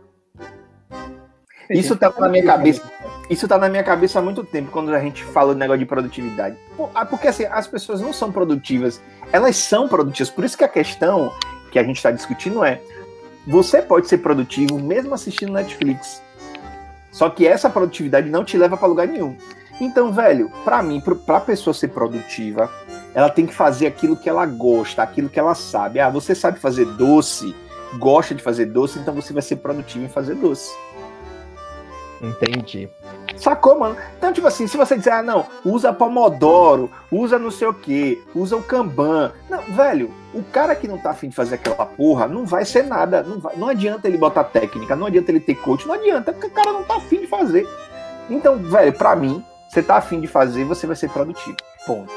Isso tá na minha cabeça. Isso tá na minha cabeça há muito tempo, quando a gente fala do negócio de produtividade. Porque assim, as pessoas não são produtivas, elas são produtivas. Por isso que a questão que a gente está discutindo é: você pode ser produtivo mesmo assistindo Netflix. Só que essa produtividade não te leva para lugar nenhum. Então, velho, para mim, pra pessoa ser produtiva, ela tem que fazer aquilo que ela gosta, aquilo que ela sabe. Você sabe fazer doce, gosta de fazer doce, então você vai ser produtivo em fazer doce. Entendi. Sacou, mano? Então, tipo assim, se você disser, não, usa Pomodoro, usa não sei o que, usa o Kanban. Não, velho, o cara que não tá afim de fazer aquela porra não vai ser nada. Não adianta ele botar técnica, não adianta ele ter coach, não adianta, porque o cara não tá afim de fazer. Então, velho, pra mim, você tá afim de fazer, você vai ser produtivo. Ponto.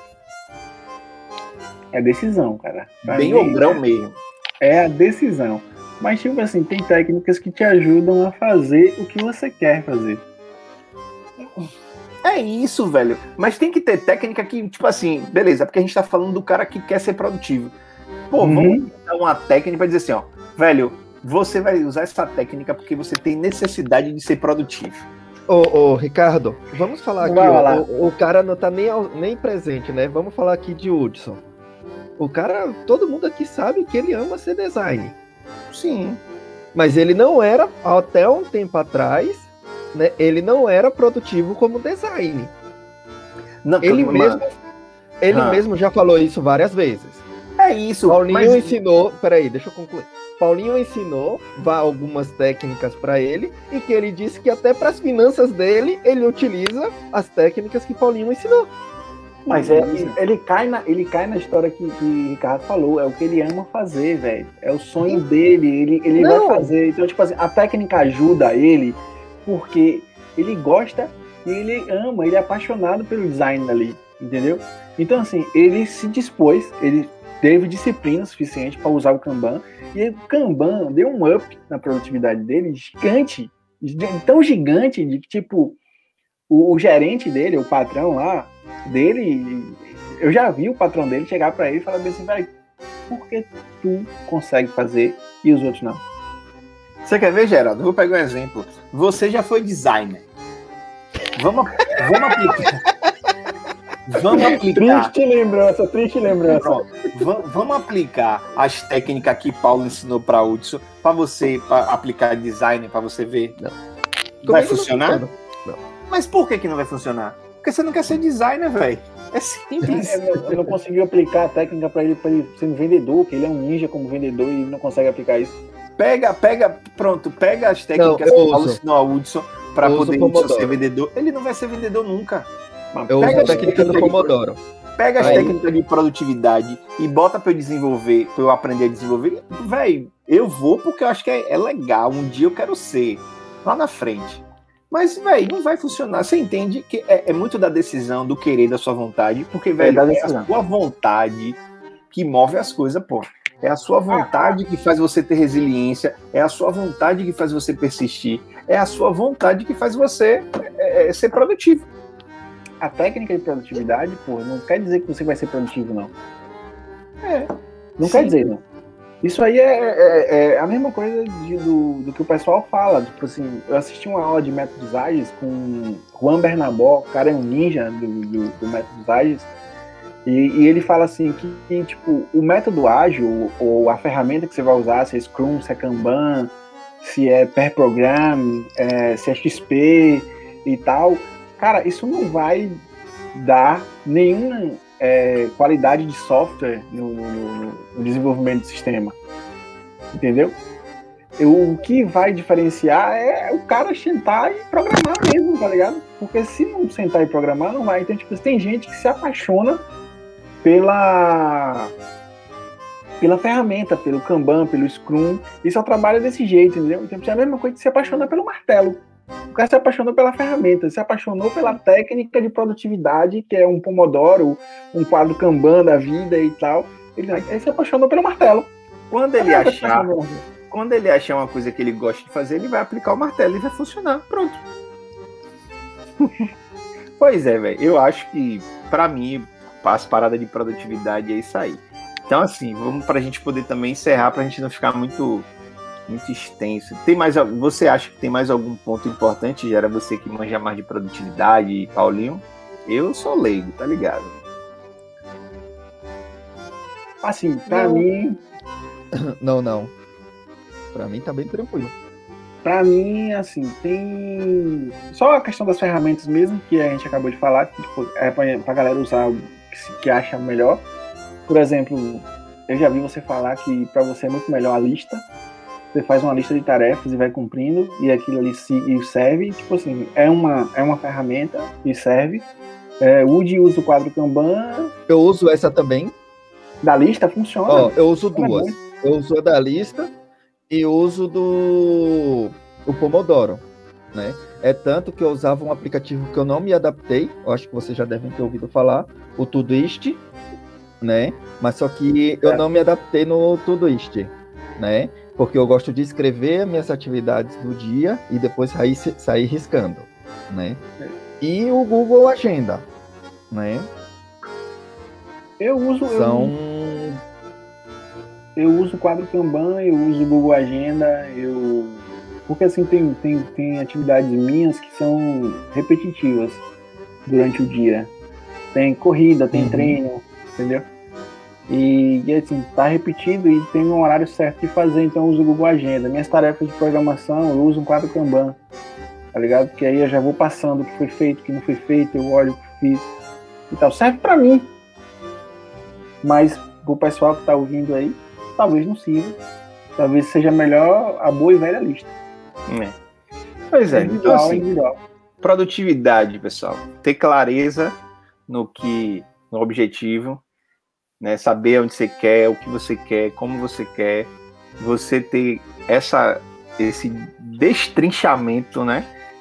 É decisão, cara. Bem o grão mesmo. É a decisão. Mas, tipo assim, tem técnicas que te ajudam a fazer o que você quer fazer. É isso, velho. Mas tem que ter técnica que, tipo assim, beleza, porque a gente tá falando do cara que quer ser produtivo. Pô, vamos dar uma técnica pra dizer assim, ó, velho, você vai usar essa técnica porque você tem necessidade de ser produtivo. Ô, Ricardo, vamos falar aqui, Vai lá. o cara não tá nem presente, né? Vamos falar aqui de Hudson. O cara, todo mundo aqui sabe que ele ama ser design. Sim. Mas ele não era, até um tempo atrás, né? Ele não era produtivo como design. Não, Ele mano, mesmo já falou isso várias vezes. é isso. Paulinho ensinou, peraí, deixa eu concluir. Paulinho ensinou algumas técnicas para ele e que ele disse que até para as finanças dele ele utiliza as técnicas que Paulinho ensinou. Mas ele cai na história que o Ricardo falou. É o que ele ama fazer, velho. É o sonho dele. Ele vai fazer. Então, tipo assim, a técnica ajuda ele porque ele gosta que ele ama, ele é apaixonado pelo design ali, entendeu? Então, assim, ele se dispôs, ele teve disciplina suficiente para usar o Kanban, e aí o Kanban deu um up na produtividade dele gigante, tão gigante, de que, tipo, o gerente dele, o patrão lá, dele, eu já vi o patrão dele chegar para ele e falar bem assim, velho, por que tu consegue fazer e os outros não? Você quer ver, Geraldo? Eu vou pegar um exemplo. Você já foi designer. Vamos aplicar. Vamos aplicar. Triste lembrança. Pronto. Vamos aplicar as técnicas que Paulo ensinou para Hudson, para você aplicar design, para você ver. Não. Vai funcionar? Não. Mas por que não vai funcionar? Porque você não quer ser designer, velho. É simples. Eu não consegui aplicar a técnica para ele ser um vendedor, que ele é um ninja como vendedor e não consegue aplicar isso. Pega as técnicas que Paulo ensinou a Hudson para poder ser vendedor. Ele não vai ser vendedor nunca. Eu uso a técnica do Pomodoro. Pega as técnicas de produtividade e bota para eu desenvolver, para eu aprender a desenvolver. Véi, eu vou porque eu acho que é legal. Um dia eu quero ser lá na frente. Mas, véi, não vai funcionar. Você entende que é muito da decisão, do querer, da sua vontade, porque, velho, é a sua vontade que move as coisas, pô. É a sua vontade que faz você ter resiliência, é a sua vontade que faz você persistir, é a sua vontade que faz você ser produtivo. A técnica de produtividade, pô, não quer dizer que você vai ser produtivo, não. Não quer dizer, não. Isso aí é a mesma coisa do que o pessoal fala. Tipo assim, eu assisti uma aula de métodos ágeis com Juan Bernabó, o cara é um ninja do métodos ágeis, e ele fala assim que tipo, o método ágil, ou a ferramenta que você vai usar, se é Scrum, se é Kanban, se é Pair Program, se é XP e tal, cara, isso não vai dar nenhuma qualidade de software no desenvolvimento do sistema, entendeu? O que vai diferenciar é o cara sentar e programar mesmo, tá ligado? Porque se não sentar e programar, não vai. Então, tipo, tem gente que se apaixona pela ferramenta, pelo Kanban, pelo Scrum, e só trabalha desse jeito, entendeu? Então, é a mesma coisa que se apaixona pelo martelo. O cara se apaixonou pela ferramenta, se apaixonou pela técnica de produtividade, que é um Pomodoro, um quadro Kanban da vida e tal. Ele se apaixonou pelo martelo. Quando ele achar uma coisa que ele gosta de fazer, ele vai aplicar o martelo e vai funcionar. Pronto. Pois é, velho. Eu acho que, pra mim, as paradas de produtividade é isso aí. Então, assim, vamos pra gente poder também encerrar, pra gente não ficar muito extenso. Você acha que tem mais algum ponto importante, Gera? Você que manja mais de produtividade, Paulinho? Eu sou leigo, tá ligado? Assim, pra mim... Não. Pra mim tá bem tranquilo. Pra mim, assim, tem... Só a questão das ferramentas mesmo, que a gente acabou de falar, que tipo, é pra galera usar o que acha melhor. Por exemplo, eu já vi você falar que pra você é muito melhor a lista. Você faz uma lista de tarefas e vai cumprindo, e aquilo ali serve. Tipo assim, é uma ferramenta e serve. O Woody usa o quadro Kanban. Eu uso essa também. Da lista funciona. Eu uso duas. Eu uso a da lista e uso o Pomodoro, né? É tanto que eu usava um aplicativo que eu não me adaptei, eu acho que vocês já devem ter ouvido falar, o Todoist, né? Mas só que eu não me adaptei no Todoist, né? Porque eu gosto de escrever minhas atividades do dia e depois sair riscando, né? E o Google Agenda, né? Eu uso o quadro Kanban, eu uso o Google Agenda, porque assim tem atividades minhas que são repetitivas durante o dia. Tem corrida, tem treino, entendeu? E assim, tá repetido e tem um horário certo de fazer, então eu uso o Google Agenda. Minhas tarefas de programação, eu uso um quadro Kanban, tá ligado? Porque aí eu já vou passando o que foi feito, o que não foi feito, eu olho o que fiz e tal. Serve pra mim, mas pro pessoal que tá ouvindo aí, talvez não sirva. Talvez seja melhor a boa e velha lista. Pois é, então assim, produtividade, pessoal. Ter clareza no objetivo, né? Saber onde você quer, o que você quer, como você quer. Você ter esse destrinchamento, né?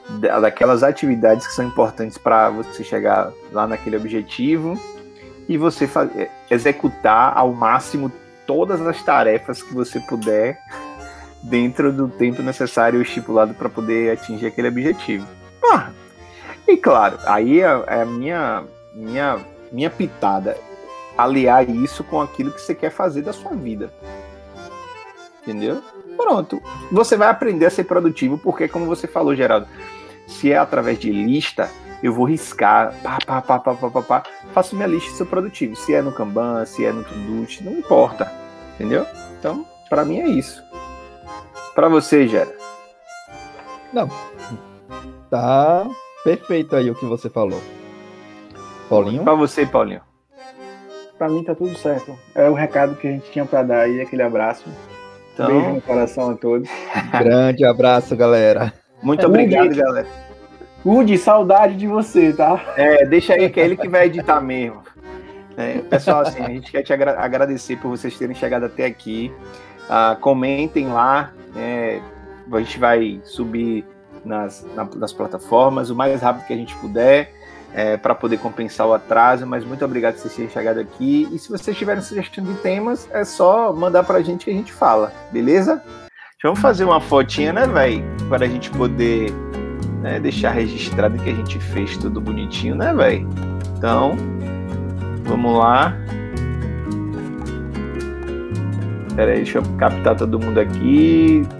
daquelas atividades que são importantes para você chegar lá naquele objetivo e você executar ao máximo todas as tarefas que você puder dentro do tempo necessário estipulado para poder atingir aquele objetivo. E claro, aí é a minha pitada, aliar isso com aquilo que você quer fazer da sua vida. Entendeu? Pronto. Você vai aprender a ser produtivo, porque, como você falou, Geraldo, se é através de lista, eu vou riscar, faço minha lista e sou produtivo. Se é no Kanban, se é no Todoist, não importa. Entendeu? Então, pra mim é isso. Pra você, Gera? Não. Tá perfeito aí o que você falou. Paulinho? Pra você, Paulinho. Pra mim tá tudo certo. É o recado que a gente tinha pra dar aí, aquele abraço. Então, beijo no coração a todos. Grande abraço, galera. Muito obrigado, galera. Woody, saudade de você, tá? Deixa aí que é ele que vai editar mesmo. Pessoal, assim, a gente quer te agradecer por vocês terem chegado até aqui. Comentem lá. A gente vai subir nas plataformas o mais rápido que a gente puder, para poder compensar o atraso, mas muito obrigado por vocês terem chegado aqui. E se vocês tiverem sugestão de temas, é só mandar pra gente que a gente fala, beleza? Vamos fazer uma fotinha, né, velho? Para a gente poder deixar registrado que a gente fez tudo bonitinho, né, velho? Então, vamos lá. Pera aí, deixa eu captar todo mundo aqui.